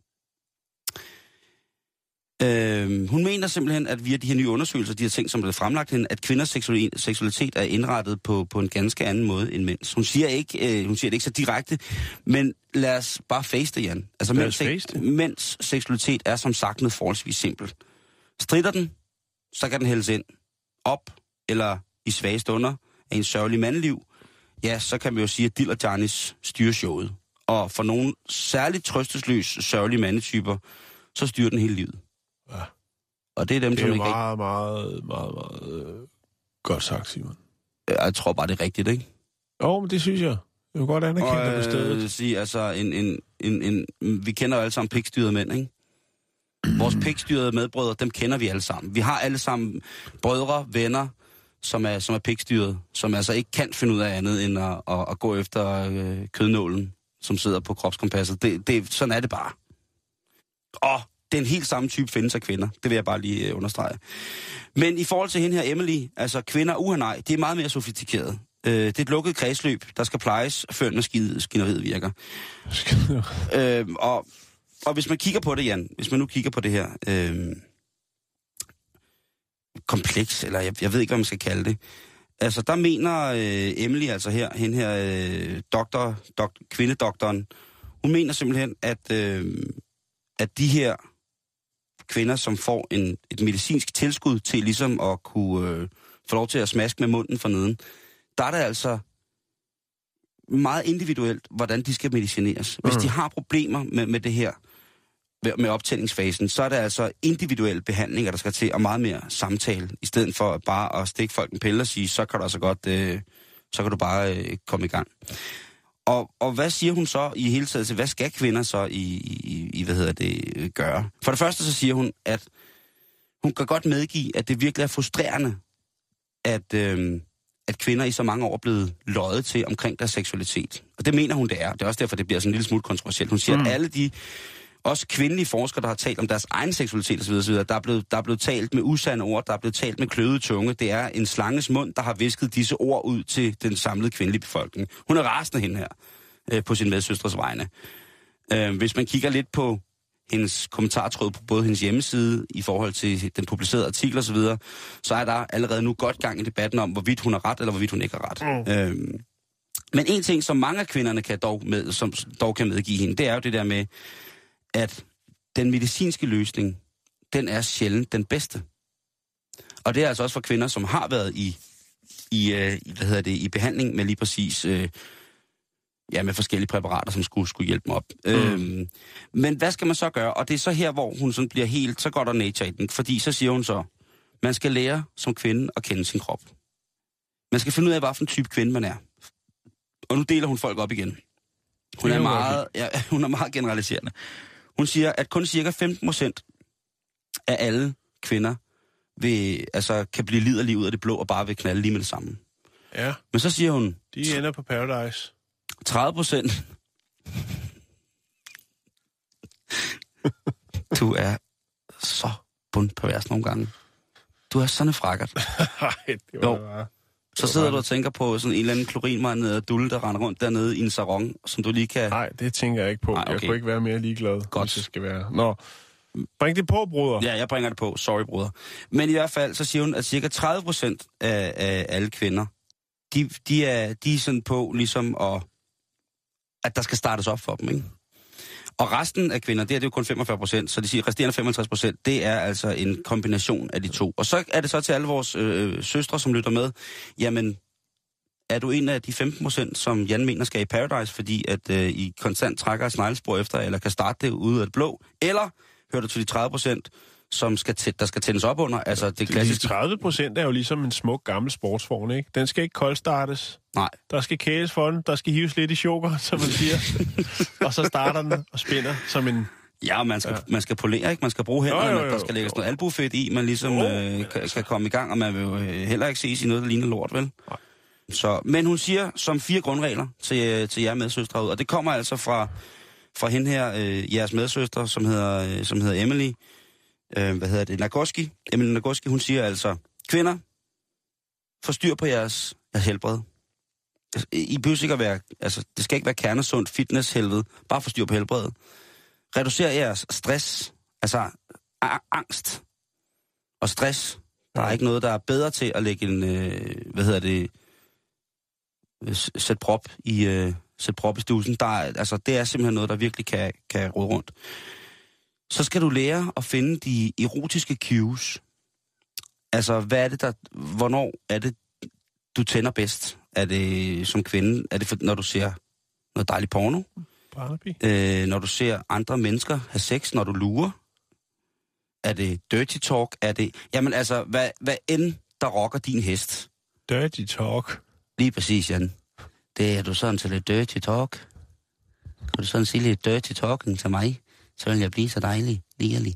Speaker 4: Hun mener simpelthen, at via de her nye undersøgelser, de her ting, som er fremlagt hende, at kvinders seksualitet er indrettet på en ganske anden måde end mænds. Hun siger det ikke så direkte, men lad os bare face det, Jan. Altså mænds seksualitet er som sagt noget forholdsvis simpelt. Stritter den, så kan den hældes ind. Op eller i svage stunder af en sørgelig mandeliv, ja, så kan vi jo sige, at Dill og Janis styrer showet. Og for nogle særligt trøstesløs sørgelige mandetyper, så styrer den hele livet.
Speaker 5: Ja.
Speaker 4: Og det er dem,
Speaker 5: det er
Speaker 4: som
Speaker 5: jo
Speaker 4: ikke...
Speaker 5: meget godt sagt, Simon.
Speaker 4: Jeg tror bare, det er rigtigt, ikke?
Speaker 5: Jo, men det synes jeg. Jeg vil godt anerkende det på stedet.
Speaker 4: Sige, altså, vi kender jo alle sammen pikstyrede mænd, ikke? Vores pikstyrede medbrødre, dem kender vi alle sammen. Vi har alle sammen brødre, venner, som er pikstyret, som altså ikke kan finde ud af andet end at gå efter kødnålen, som sidder på kropskompasset. Sådan er det bare. Og den helt samme type findes af kvinder. Det vil jeg bare lige understrege. Men i forhold til hende her, Emily, altså kvinder, nej, det er meget mere sofistikeret. Det er et lukket kredsløb, der skal plejes, før maskineriet virker. Og hvis man kigger på det, Jan, hvis man nu kigger på det her kompleks, eller jeg ved ikke, hvad man skal kalde det. Altså, der mener Emily, altså her, hende her kvindedoktoren, hun mener simpelthen, at de her kvinder, som får et medicinsk tilskud til ligesom at kunne få lov til at smaske med munden forneden, der er det altså meget individuelt, hvordan de skal medicineres. Hvis de har problemer med det her, med optællingsfasen, så er det altså individuelle behandlinger, der skal til, og meget mere samtale, i stedet for bare at stikke folk en pille og sige, så kan du altså godt, så kan du bare komme i gang. Og hvad siger hun så i hele taget til, hvad skal kvinder så gøre? For det første så siger hun, at hun kan godt medgive, at det virkelig er frustrerende, at kvinder i så mange år er blevet løjet til omkring deres seksualitet. Og det mener hun, det er. Det er også derfor, det bliver sådan en lille smule kontroversielt. Hun siger, at alle de, også kvindelige forskere, der har talt om deres egen seksualitet osv., der er blevet talt med usande ord, der er blevet talt med kløvet tunge. Det er en slanges mund, der har visket disse ord ud til den samlede kvindelige befolkning. Hun er rasende hende her på sin medsøstres vegne. Hvis man kigger lidt på hendes kommentartråd på både hendes hjemmeside i forhold til den publicerede artikel osv., så er der allerede nu godt gang i debatten om, hvorvidt hun har ret, eller hvorvidt hun ikke har ret. Men en ting, som mange af kvinderne som dog kan medgive hende, det er jo det der med, at den medicinske løsning, den er sjældent den bedste. Og det er altså også for kvinder, som har været i behandling med lige præcis med forskellige præparater, som skulle hjælpe dem op. Men hvad skal man så gøre? Og det er så her, hvor hun sådan bliver helt, så går der nature i den. Fordi så siger hun så, man skal lære som kvinde at kende sin krop. Man skal finde ud af, hvad for en type kvinde man er. Og nu deler hun folk op igen. Hun er meget generaliserende. Hun siger, at kun cirka 15% af alle kvinder kan blive liderlige ud af det blå og bare vil knalde lige med det samme.
Speaker 5: Ja.
Speaker 4: Men så siger hun...
Speaker 5: De ender på Paradise.
Speaker 4: 30%. Du er så bundpervers nogle gange. Du er sådan en frakkert.
Speaker 5: Nej, det var det bare.
Speaker 4: Så sidder du og tænker på sådan en eller anden klorinmand dulle, der render rundt dernede i en sarong, som du lige kan...
Speaker 5: Nej, det tænker jeg ikke på. Nej, okay. Jeg kunne ikke være mere ligeglad,
Speaker 4: godt.
Speaker 5: Hvis det skal være. Nå, bring det på, bruder.
Speaker 4: Ja, jeg bringer det på. Sorry, bruder. Men i hvert fald, så siger hun, at cirka 30% af alle kvinder, de er sådan på ligesom at der skal startes op for dem, ikke? Og resten af kvinder, det er jo kun 45%, så de siger, resterende 55%, det er altså en kombination af de to. Og så er det så til alle vores søstre, som lytter med, jamen, er du en af de 15%, som Jan mener skal i Paradise, fordi at I konstant trækker et sneglespor efter, eller kan starte det ude af det blå, eller hører du til de 30%, som der skal tændes op under, altså det klassiske...
Speaker 5: De 30% er jo ligesom en smuk gammel sportsvogn, ikke? Den skal ikke koldstartes.
Speaker 4: Nej.
Speaker 5: Der skal kæles for den, der skal hives lidt i sukker, som man siger. Og så starter den og spinner som en...
Speaker 4: Ja, man skal polere, ikke? Man skal bruge hænderne, der skal lægges noget albufedt i, man ligesom kan komme i gang, og man vil jo heller ikke ses i noget, der ligner lort, vel? Nej. Så, men hun siger som 4 grundregler til jer medsøstre ud, og det kommer altså fra fra hende her, jeres medsøster, som hedder Emily, Nagoski. Emily Nagoski, hun siger altså, kvinder, få styr på jeres helbred. I behøver ikke at være, altså, det skal ikke være kernesundt fitness-helvede, bare få styr på helbredet. Reducer jeres stress, altså angst og stress. Der er ikke noget, der er bedre til at lægge en, sæt prop i stussen. Det er simpelthen noget, der virkelig kan råde rundt. Så skal du lære at finde de erotiske cues. Altså, hvornår er det, du tænder bedst? Er det som kvinde? Er det når du ser noget dejligt porno? Når du ser andre mennesker have sex, når du lurer? Er det dirty talk? Er det... Jamen altså, hvad end der rocker din hest?
Speaker 5: Dirty talk?
Speaker 4: Lige præcis, Jan. Det er du sådan til lidt dirty talk. Kan du sådan sige lidt dirty talking til mig? Så vil jeg blive så dejlig, ligerlig.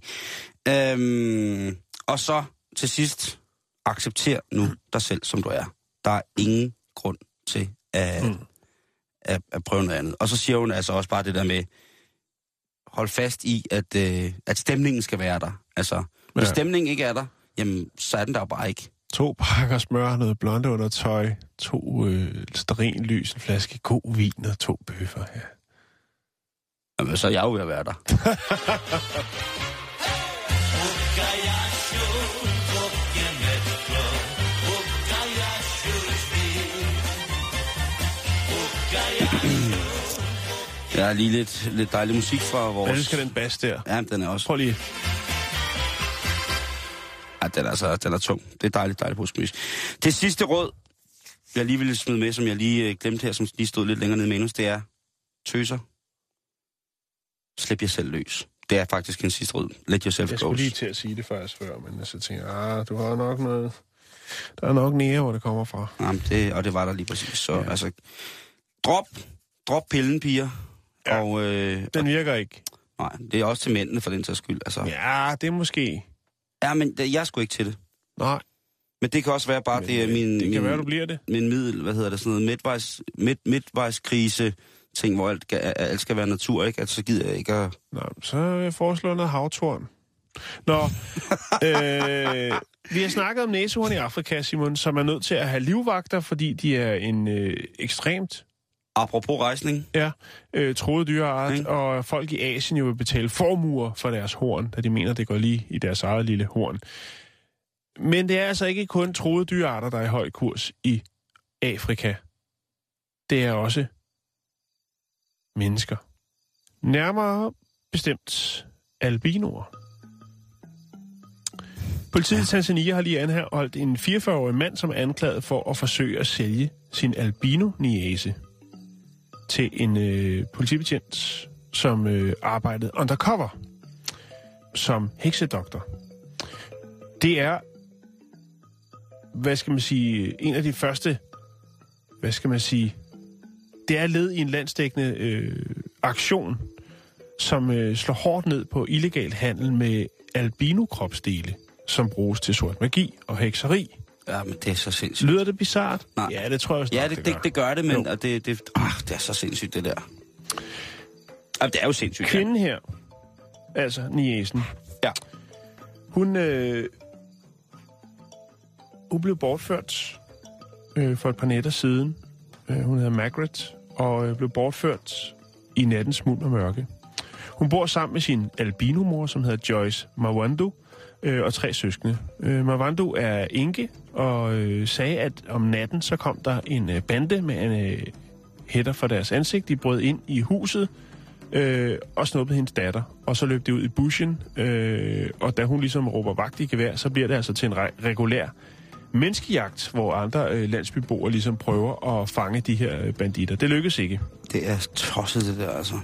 Speaker 4: Og så til sidst, accepter nu dig selv, som du er. Der er ingen grund til at prøve noget andet. Og så siger hun altså også bare det der med, hold fast i, at stemningen skal være der. Altså, hvis stemningen ikke er der, jamen, så er den der jo bare ikke.
Speaker 5: 2 pakker smør, noget blonde undertøj, 2 stearinlys, en flaske god vin og 2 bøffer, ja.
Speaker 4: Jamen, så er jeg jo ved at være der. Jeg har lige lidt dejlig musik fra vores...
Speaker 5: Jeg elsker den bass der.
Speaker 4: Ja, den er også...
Speaker 5: Prøv lige.
Speaker 4: Ja, den er tung. Det er dejligt musik. Det sidste råd, jeg lige ville smide med, som jeg lige glemte her, som lige stod lidt længere nede i manus, det er tøser. Slip jer selv løs. Det er faktisk en sidste råd. Let yourself go.
Speaker 5: Jeg skulle lige til at sige det før, men så tænker jeg, du har nok noget... Der er nok nære, hvor det kommer fra.
Speaker 4: Jamen, og det var der lige præcis. Så altså, drop pillen, piger.
Speaker 5: Ja,
Speaker 4: og,
Speaker 5: den virker ikke.
Speaker 4: Nej, det er også til mændene for den sags skyld. Altså.
Speaker 5: Ja, det er måske...
Speaker 4: Ja, men jeg er sgu ikke til det.
Speaker 5: Nej.
Speaker 4: Men det kan også være bare, det er min...
Speaker 5: Det kan være, du bliver det.
Speaker 4: Min sådan noget midtvejskrise ting, hvor alt skal være natur, ikke? Altså, så gider jeg ikke at...
Speaker 5: Nej, så vil jeg foreslå noget havtorn. Nå, vi har snakket om næsehorn i Afrika, Simon, som er nødt til at have livvagter, fordi de er en ekstremt...
Speaker 4: Apropos rejsning.
Speaker 5: Ja, truet dyreart, og folk i Asien jo vil betale formuer for deres horn, da de mener, det går lige i deres eget lille horn. Men det er altså ikke kun truede dyrearter, der er i høj kurs i Afrika. Det er også mennesker. Nærmere bestemt albinoer. Politiet i Tanzania har lige anholdt en 44-årig mand, som er anklaget for at forsøge at sælge sin albino-niece til en politibetjent, som arbejdede undercover som heksedoktor. Det er, en af de første, det er led i en landsdækkende aktion, som slår hårdt ned på illegal handel med albino-kropsdele, som bruges til sort magi og hekseri.
Speaker 4: Ja, men det er så sindssygt.
Speaker 5: Lyder det bizart?
Speaker 4: Nej.
Speaker 5: Ja, det tror jeg også.
Speaker 4: Ja, det gør det, men det er så sindssygt, det der. Jamen, det er jo sindssygt.
Speaker 5: Kvinden her, altså niecen,
Speaker 4: ja.
Speaker 5: Hun blev bortført for et par nætter siden. Hun hedder Margaret, og blev bortført i nattens smuld og mørke. Hun bor sammen med sin albinomor, som hedder Joyce Mawandu, og 3 søskende. Mawandu er enke, og sagde, at om natten så kom der en bande med en hætter for deres ansigt. De brød ind i huset og snuppede hendes datter, og så løb de ud i bushen, og da hun ligesom råber vagt i gevær, så bliver det altså til en regulær menneskejagt, hvor andre landsbyboere ligesom prøver at fange de her banditter. Det lykkes ikke.
Speaker 4: Det er tosset, det der, altså.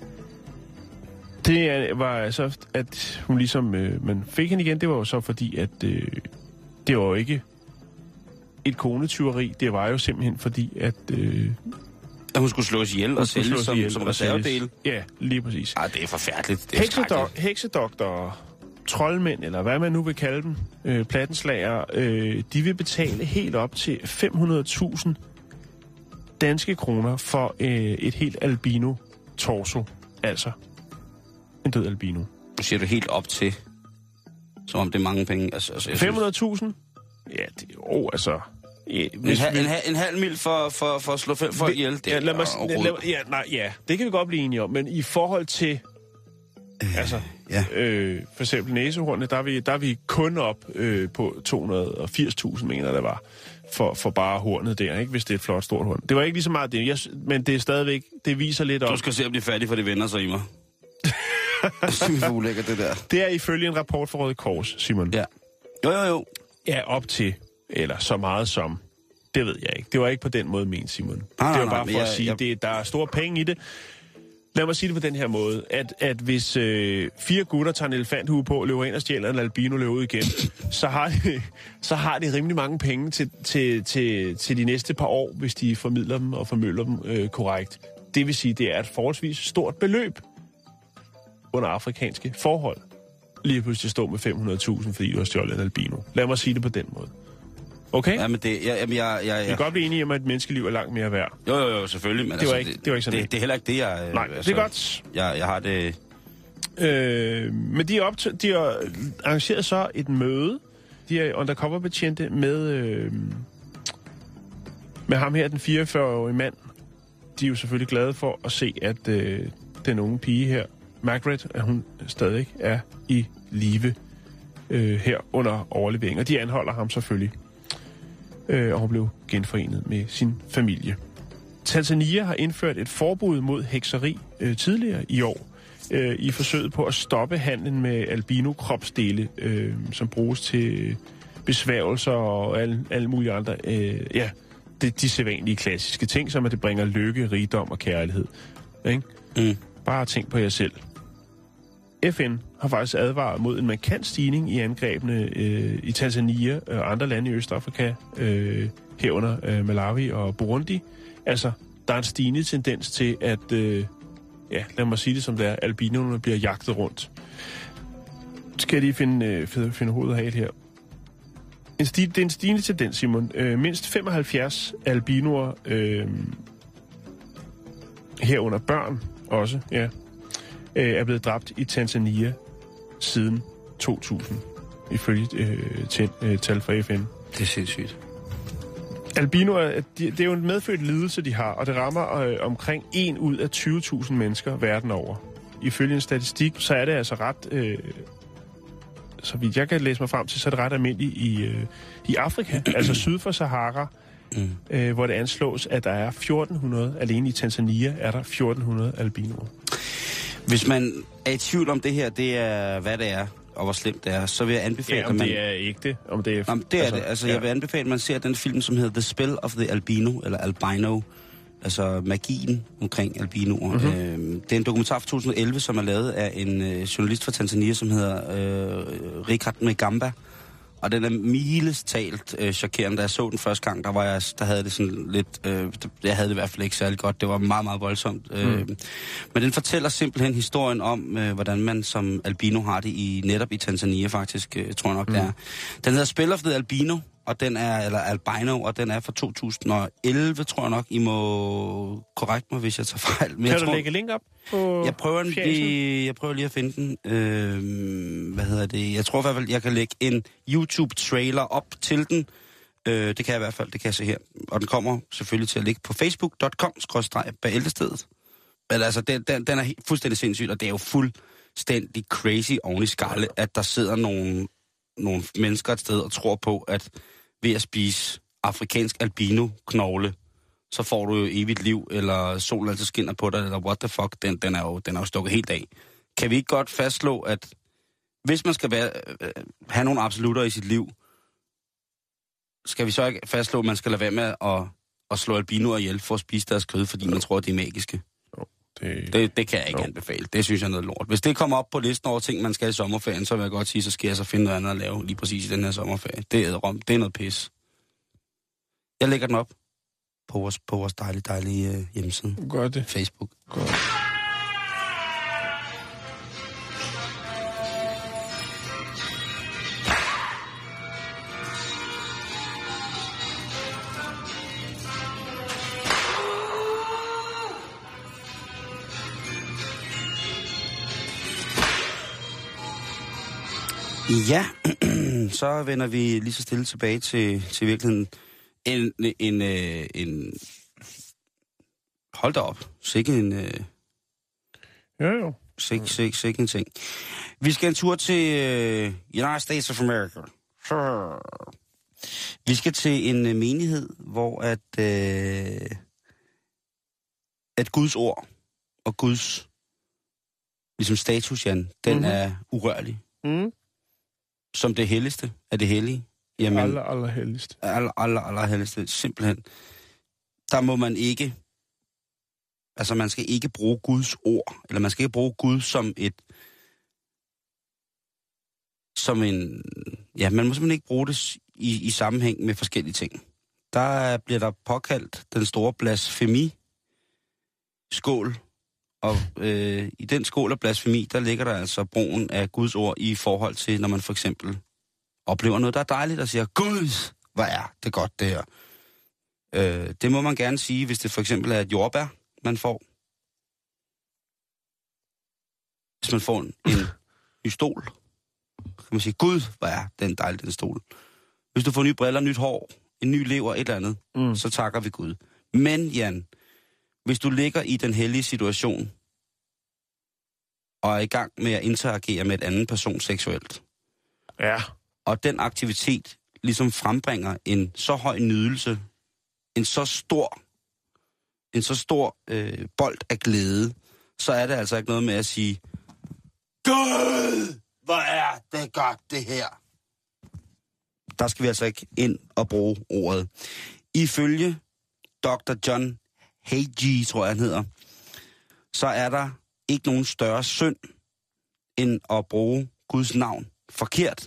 Speaker 5: Det var altså, at hun ligesom... man fik hende igen, det var jo så fordi, at det var jo ikke et konetyveri. Det var jo simpelthen fordi, at...
Speaker 4: at hun skulle slås ihjel og sælges som reservedel.
Speaker 5: Ja, lige præcis.
Speaker 4: Det er forfærdeligt. Det er
Speaker 5: heksedoktorer, troldmænd, eller hvad man nu vil kalde dem, plattenslager, de vil betale helt op til 500.000 danske kroner for et helt albino-torso Altså, en død albino.
Speaker 4: Nu siger du helt op til, som om det er mange penge. Altså,
Speaker 5: 500.000? Ja, det er jo altså... Ja,
Speaker 4: en halv mil for at slå folk ihjel.
Speaker 5: Det kan vi godt blive enige om. Men i forhold til... for eksempel næsehornene, der er vi kun op på 280.000, mener det var, for bare hornet der, ikke? Hvis det er et flot stort horn. Det var ikke lige så meget det, men det er stadigvæk, det viser lidt om...
Speaker 4: Du skal se, om de er færdige, for det vender sig i mig. Det er simpelthen ulækkert, det der.
Speaker 5: Det er ifølge en rapport fra Røde Kors, Simon.
Speaker 4: Ja. Jo.
Speaker 5: Ja, op til, eller så meget som... Det ved jeg ikke. Det var ikke på den måde ment, Simon. Det var bare for at sige, der er store penge i det. Lad mig sige det på den her måde, at hvis 4 gutter tager en elefanthue på, løber ind og stjæler en albino, løber ud igen, så har de rimelig mange penge til de næste par år, hvis de formidler dem og formidler dem korrekt. Det vil sige, det er et forholdsvis stort beløb under afrikanske forhold. Lige pludselig stå med 500.000, fordi du har stjålet en albino. Lad mig sige det på den måde. Okay?
Speaker 4: Ja, men det... Vi
Speaker 5: kan godt blive enige om, at et menneskeliv er langt mere værd.
Speaker 4: Jo, selvfølgelig. Men
Speaker 5: det var ikke sådan.
Speaker 4: Det er heller ikke det, jeg...
Speaker 5: Nej, det er godt.
Speaker 4: Jeg har det...
Speaker 5: Men de har arrangeret så et møde. De er undercover-betjente med ham her, den 44-årige mand. De er jo selvfølgelig glade for at se, at den unge pige her, Margaret, at hun stadig er i live her under overlevering. Og de anholder ham selvfølgelig. Og hun blev genforenet med sin familie. Tanzania har indført et forbud mod hekseri tidligere i år, i forsøget på at stoppe handlen med albino-kropsdele, som bruges til besværgelser og alle mulige andre, de sædvanlige klassiske ting, som at det bringer lykke, rigdom og kærlighed. Ikke? Mm. Bare tænk på jer selv. FN har faktisk advaret mod en markant stigning i angrebene i Tanzania og andre lande i Østafrika, herunder Malawi og Burundi. Altså, der er en stigende tendens til, at, lad mig sige det som det er, albinoerne bliver jagtet rundt. Skal jeg lige finde hovedet af her. Det er en stigende tendens, Simon. Mindst 75 albinoer, herunder børn også, er blevet dræbt i Tanzania siden 2000, ifølge tal fra FN.
Speaker 4: Det er sindssygt.
Speaker 5: Albinoer, det er jo en medfødt lidelse, de har, og det rammer omkring 1 ud af 20.000 mennesker verden over. Ifølge en statistik, så er det altså ret... så vidt jeg kan læse mig frem til, så er det ret almindeligt i Afrika, altså syd for Sahara, hvor det anslås, at der er 1.400, alene i Tanzania er der 1.400 albinoer.
Speaker 4: Hvis man er i tvivl om det her, det er, hvad det er, og hvor slemt det er, så vil jeg anbefale,
Speaker 5: om det er ægte, om det er...
Speaker 4: Jamen, det er det. Altså, jeg vil anbefale, at man ser den film, som hedder The Spell of the Albino, eller Albino, altså magien omkring albinoer. Mm-hmm. Det er en dokumentar fra 2011, som er lavet af en journalist fra Tanzania, som hedder Richard Mgamba. Og den er milest talt chokerende. Da jeg så den første gang, der havde det sådan lidt... jeg havde det i hvert fald ikke særlig godt. Det var meget, meget voldsomt. Men den fortæller simpelthen historien om, hvordan man som albino har det netop i Tanzania faktisk, tror jeg nok, det er. Den hedder Spell of the Albino, og den er, eller Albino, og den er fra 2011, tror jeg nok. I må korrekt mig, hvis jeg tager fejl. Men
Speaker 5: kan du lægge link op på
Speaker 4: jeg prøver lige at finde den. Jeg tror i hvert fald, jeg kan lægge en YouTube-trailer op til den. Det kan jeg i hvert fald, det kan jeg se her. Og den kommer selvfølgelig til at ligge på facebook.com/bæltestedet. Men altså, den er fuldstændig sindssyg, og det er jo fuldstændig crazy oven i skalle, at der sidder nogle mennesker et sted og tror på, at ved at spise afrikansk albino-knogle, så får du jo evigt liv, eller solen altid skinner på dig, eller what the fuck, den er jo stukket helt af. Kan vi ikke godt fastslå, at hvis man skal have nogle absolutter i sit liv, skal vi så ikke fastslå, at man skal lade være med at slå albinoer ihjel for at spise deres kød, fordi man tror, at de er magiske? Det kan jeg ikke anbefale. Det synes jeg er noget lort. Hvis det kommer op på listen over ting, man skal i sommerferien, så vil jeg godt sige, så skal jeg så finde noget andet at lave lige præcis i den her sommerferie. Det er noget pis. Jeg lægger den op på vores dejlige hjemmeside.
Speaker 5: Gør det.
Speaker 4: Facebook.
Speaker 5: Godt.
Speaker 4: Ja, så vender vi lige så stille tilbage til virkeligheden. Hold da op. Sikke en...
Speaker 5: Jo.
Speaker 4: Sikke en ting. Vi skal en tur til United States of America. Vi skal til en menighed, hvor at Guds ord og Guds ligesom status, Jan, den er urørlig. Mm. Som det helligste af det hellige. Jamen,
Speaker 5: allerhelligste.
Speaker 4: Allerhelligste, simpelthen. Der må man ikke... Altså, man skal ikke bruge Guds ord, eller man skal ikke bruge Gud Ja, man må simpelthen ikke bruge det i sammenhæng med forskellige ting. Der bliver der påkaldt den store blasfemi-skål, og i den skål af blasfemi, der ligger der altså brugen af Guds ord i forhold til, når man for eksempel oplever noget, der er dejligt, og siger, Gud, hvor er det godt, det her. Det må man gerne sige, hvis det for eksempel er et jordbær, man får. Hvis man får en ny stol, kan man sige, Gud, hvor er den dejlig, den stol. Hvis du får nye briller, nyt hår, en ny lever, et eller andet, så takker vi Gud. Men, Jan, hvis du ligger i den hellige situation, og er i gang med at interagere med et andet person seksuelt,
Speaker 5: ja,
Speaker 4: og den aktivitet ligesom frembringer en så høj nydelse, en så stor bold af glæde, så er det altså ikke noget med at sige, Gud, hvor er det godt, det her. Der skal vi altså ikke ind og bruge ordet. Ifølge Dr. John Hagee, tror jeg han hedder, så er der ikke nogen større synd, end at bruge Guds navn forkert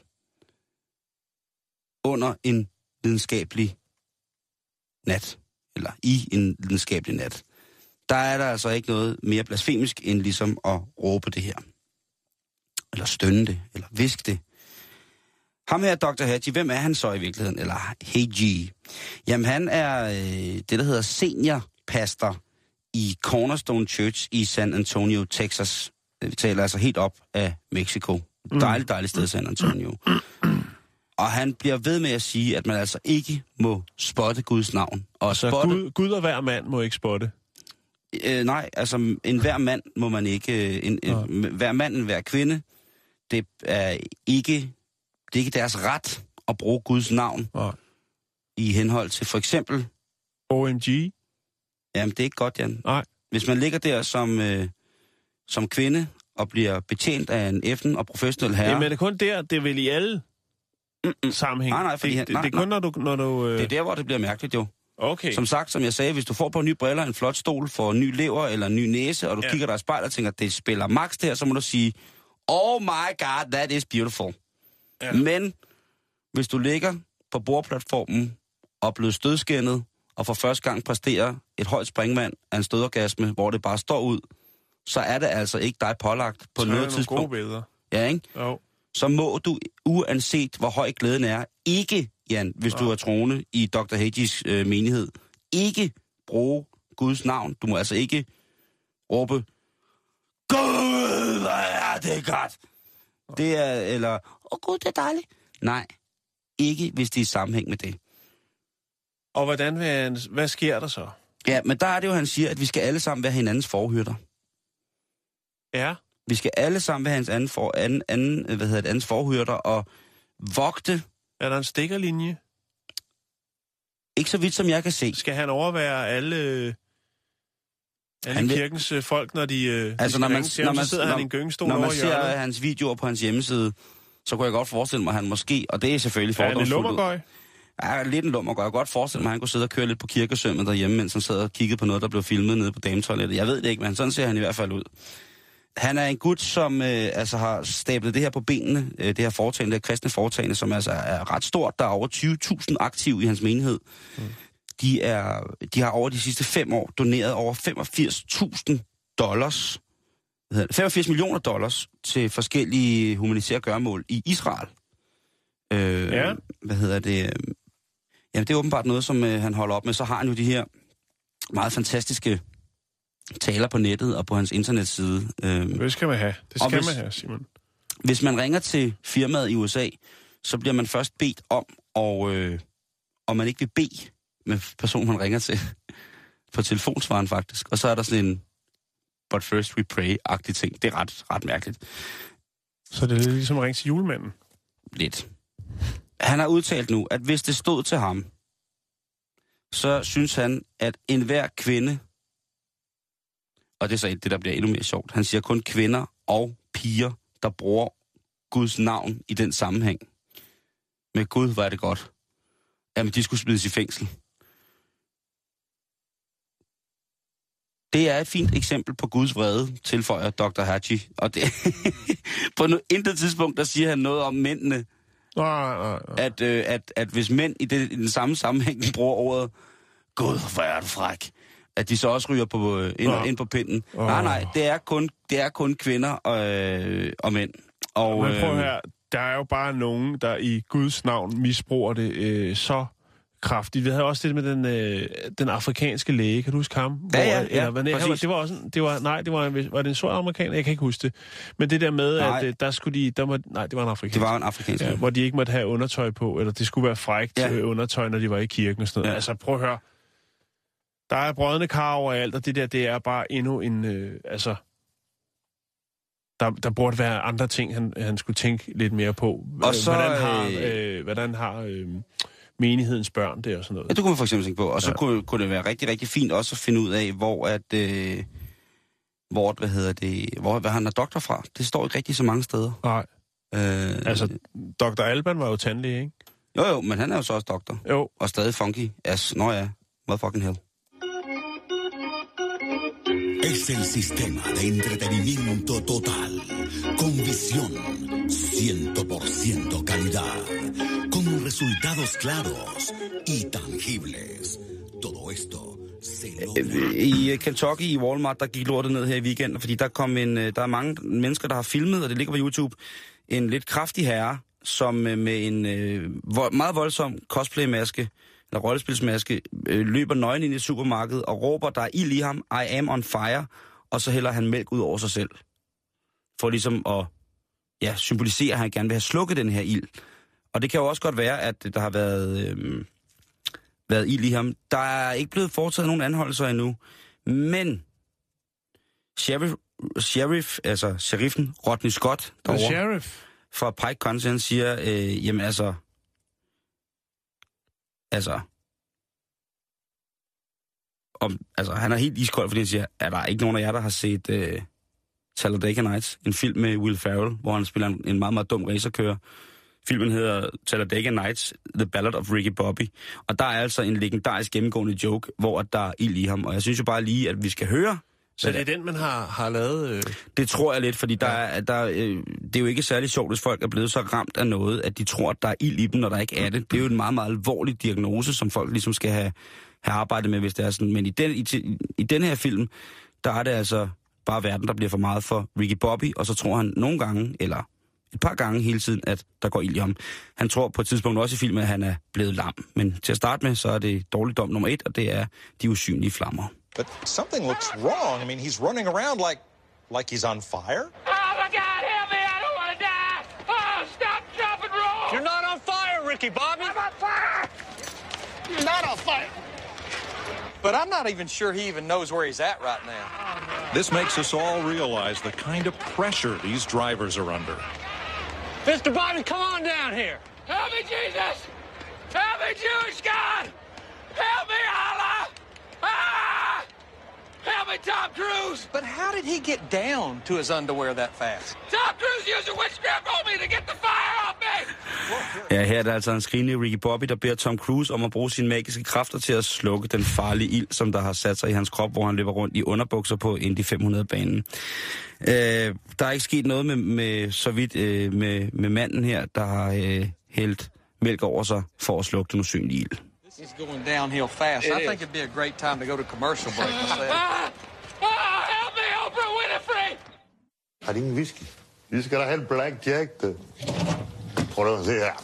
Speaker 4: under en videnskabelig nat. Eller i en videnskabelig nat. Der er der altså ikke noget mere blasfemisk, end ligesom at råbe det her. Eller stønne det, eller viske det. Ham her, Dr. Hagee, hvem er han så i virkeligheden? Eller Hagee? Jamen, han er det, der hedder seniorpastor i Cornerstone Church i San Antonio, Texas. Vi taler altså helt op af Mexico. Dejligt sted, San Antonio. Og han bliver ved med at sige, at man altså ikke må spotte Guds navn. Og
Speaker 5: så Gud og hver mand må ikke spotte?
Speaker 4: Nej, altså enhver mand må man ikke. Hver mand, enhver kvinde. Det er ikke deres ret at bruge Guds navn i henhold til for eksempel...
Speaker 5: OMG?
Speaker 4: Jamen, det er ikke godt, Jan.
Speaker 5: Nej. Hvis
Speaker 4: man ligger der som kvinde og bliver betjent af en effen og professionel herre...
Speaker 5: Jamen, er det kun der? Det er vel i alle sammenhæng?
Speaker 4: Nej, fordi
Speaker 5: det er kun, når du...
Speaker 4: Det er der, hvor det bliver mærkeligt, jo.
Speaker 5: Okay.
Speaker 4: Som sagt, som jeg sagde, hvis du får på nye briller, en flot stol, får en ny lever eller en ny næse, og du kigger dig i spejlet og tænker, at det spiller max der, så må du sige, oh my god, that is beautiful. Ja. Men hvis du ligger på bordplatformen og er blevet stødskændet, og for første gang præsterer et højt springvand af en stødorgasme, hvor det bare står ud, så er det altså ikke dig pålagt på noget tidspunkt.
Speaker 5: Gode billeder.
Speaker 4: Ja, ikke?
Speaker 5: Jo.
Speaker 4: Så må du, uanset hvor høj glæden er, ikke, Jan, hvis du er troende i Dr. Hagees menighed, ikke bruge Guds navn. Du må altså ikke råbe, Gud, hvor er det godt. Det er, eller, Gud, det er dejligt. Nej, ikke hvis det er i sammenhæng med det.
Speaker 5: Og hvad sker der så?
Speaker 4: Ja, men der er det jo, han siger, at vi skal alle sammen være hinandens forhyrter.
Speaker 5: Ja.
Speaker 4: Vi skal alle sammen være hans andens forhyrter og vogte.
Speaker 5: Er der en stikkerlinje?
Speaker 4: Ikke så vidt, som jeg kan se.
Speaker 5: Skal han overvære alle kirkens folk, når de
Speaker 4: altså,
Speaker 5: når man sidder han i en gyngestol over hjørnet?
Speaker 4: Når man ser hans videoer på hans hjemmeside, så kunne jeg godt forestille mig, at han måske, og det er selvfølgelig fordomsfuldt.
Speaker 5: Er han en lummergøj?
Speaker 4: Ja, lidt en lummergøj. Jeg kan godt forestille mig, at han kunne sidde og køre lidt på kirkesømmet derhjemme, mens han sad og kiggede på noget, der blev filmet nede på dametoilettet. Jeg ved det ikke, men sådan ser han i hvert fald ud. Han er en gut, som har stablet det her på benene, det her foretagende, det her kristne foretagende, som altså er ret stort. Der er over 20.000 aktive i hans menighed. De har over de sidste 5 år doneret over $85 millioner til forskellige humanitære gøremål i Israel.
Speaker 5: Ja.
Speaker 4: Jamen, det er åbenbart noget, som han holder op med. Så har han jo de her meget fantastiske taler på nettet og på hans internetside.
Speaker 5: Det skal man have. Det skal man have, Simon.
Speaker 4: Hvis man ringer til firmaet i USA, så bliver man først bedt om, og man ikke vil bede med personen, man ringer til, på telefonsvaren faktisk. Og så er der sådan en but first we pray-agtig ting. Det er ret mærkeligt.
Speaker 5: Så det er ligesom at ringe til julemanden?
Speaker 4: Lidt. Han har udtalt nu, at hvis det stod til ham, så synes han, at enhver kvinde, og det er så det, der bliver endnu mere sjovt, han siger kun kvinder og piger, der bruger Guds navn i den sammenhæng. Med Gud, hvor er det godt. Jamen, de skulle smides i fængsel. Det er et fint eksempel på Guds vrede, tilføjer Dr. Haji. Og det, på intet tidspunkt, der siger han noget om mændene. At hvis mænd i den samme sammenhæng bruger ordet, Gud, hvor er du fræk, at de så også ryger på, ind på pinden. Nej, det er kun kvinder og mænd. Og,
Speaker 5: men prøv her, der er jo bare nogen, der i Guds navn misbruger det så kraftigt. Vi havde også det med den afrikanske læge, kan du huske ham?
Speaker 4: Ja,
Speaker 5: det var også var det en sort amerikaner? Jeg kan ikke huske det. Men det der med, at der skulle det var en afrikansk.
Speaker 4: Det var en afrikansk.
Speaker 5: Ja, hvor de ikke måtte have undertøj på, eller det skulle være frækt undertøj, når de var i kirken og sådan noget. Ja. Altså, prøv at høre. Der er brødne kar overalt, og det er bare endnu en, Der burde være andre ting, han skulle tænke lidt mere på. Og så, hvordan har menighedens børn det og sådan noget.
Speaker 4: Ja, det kunne man for eksempel tænke på. Og så kunne det være rigtig, rigtig fint også at finde ud af, hvor han er doktor fra. Det står ikke rigtig så mange steder.
Speaker 5: Nej. Altså, Dr. Alban var jo tandlæge, ikke?
Speaker 4: Jo, men han er jo så også doktor.
Speaker 5: Jo.
Speaker 4: Og stadig funky. Motherfucking hell.
Speaker 6: Es el sistema de entretenimiento total, con visión, 100% calidad, con resultados claros y tangibles. Todo esto se logra.
Speaker 4: I Kentucky, i Walmart, der gik lortet ned her i weekenden, fordi der er mange mennesker, der har filmet, og det ligger på YouTube, en lidt kraftig herre, som med en meget voldsom cosplaymaske, eller rollespilsmaske, løber nøgen ind i supermarkedet og råber, der er ild i ham, I am on fire, og så hælder han mælk ud over sig selv. For ligesom at symbolisere, at han gerne vil have slukket den her ild. Og det kan jo også godt være, at der har været ild i ham. Der er ikke blevet foretaget nogen anholdelser endnu, men sheriffen Rodney Scott derovre, fra Pike County, siger, han er helt iskold, fordi han siger, at der er ikke nogen af jer, der har set Talladega Nights, en film med Will Ferrell, hvor han spiller en meget, meget dum racerkører. Filmen hedder Talladega Nights, The Ballad of Ricky Bobby. Og der er altså en legendarisk gennemgående joke, hvor der er ild i ham. Og jeg synes jo bare lige, at vi skal høre.
Speaker 5: Så det er den, man har lavet?
Speaker 4: Det tror jeg lidt, fordi det er jo ikke særlig sjovt, hvis folk er blevet så ramt af noget, at de tror, at der er ild i dem, når der ikke er det. Det er jo en meget, meget alvorlig diagnose, som folk ligesom skal have arbejdet med, hvis det er sådan. Men i den her film, der er det altså bare verden, der bliver for meget for Ricky Bobby, og så tror han nogle gange, eller et par gange hele tiden, at der går ild i ham. Han tror på et tidspunkt også i filmen, at han er blevet lam. Men til at starte med, så er det dårligdom nummer 1, og det er de usynlige flammer.
Speaker 7: But something looks wrong. I mean, he's running around like he's on fire.
Speaker 8: Oh my God, help me! I don't want to die. Oh, stop, drop, and roll.
Speaker 9: You're not on fire, Ricky Bobby.
Speaker 8: I'm on fire.
Speaker 7: You're not on fire. But I'm not even sure he even knows where he's at right now.
Speaker 10: This makes us all realize the kind of pressure these drivers are under.
Speaker 9: Mr. Bobby, come on down here.
Speaker 8: Help me, Jesus! Help me, Jewish God! Help me, Allah! Ah! Help me, Tom Cruise!
Speaker 7: But how did he get down to his underwear that fast?
Speaker 8: Tom Cruise used a witchcraft on me to get the fire off me!
Speaker 4: Ja, her er der altså en skrigende Ricky Bobby, der beder Tom Cruise om at bruge sine magiske kræfter til at slukke den farlige ild, som der har sat sig i hans krop, hvor han løber rundt i underbukser på Indy 500-banen. Der er ikke sket noget med så vidt med manden her, der har hældt mælk over sig for at slukke den usynlige ild.
Speaker 7: He's going downhill fast. I think it'd be a great time to go to commercial break myself.
Speaker 8: Help me, Oprah Winfrey!
Speaker 11: Har de ingen whisky? Vi skal da have en Black Jack, da. Prøv at se her.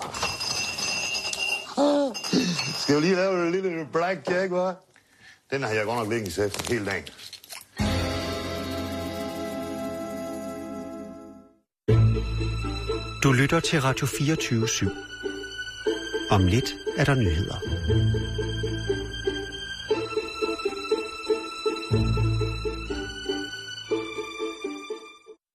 Speaker 11: Skal vi lige lave en lille Black Jack, hva'? Den har jeg godt nok liggende i sæt hele dagen.
Speaker 3: Du lytter til Radio 24/7. Om lidt er der nyheder.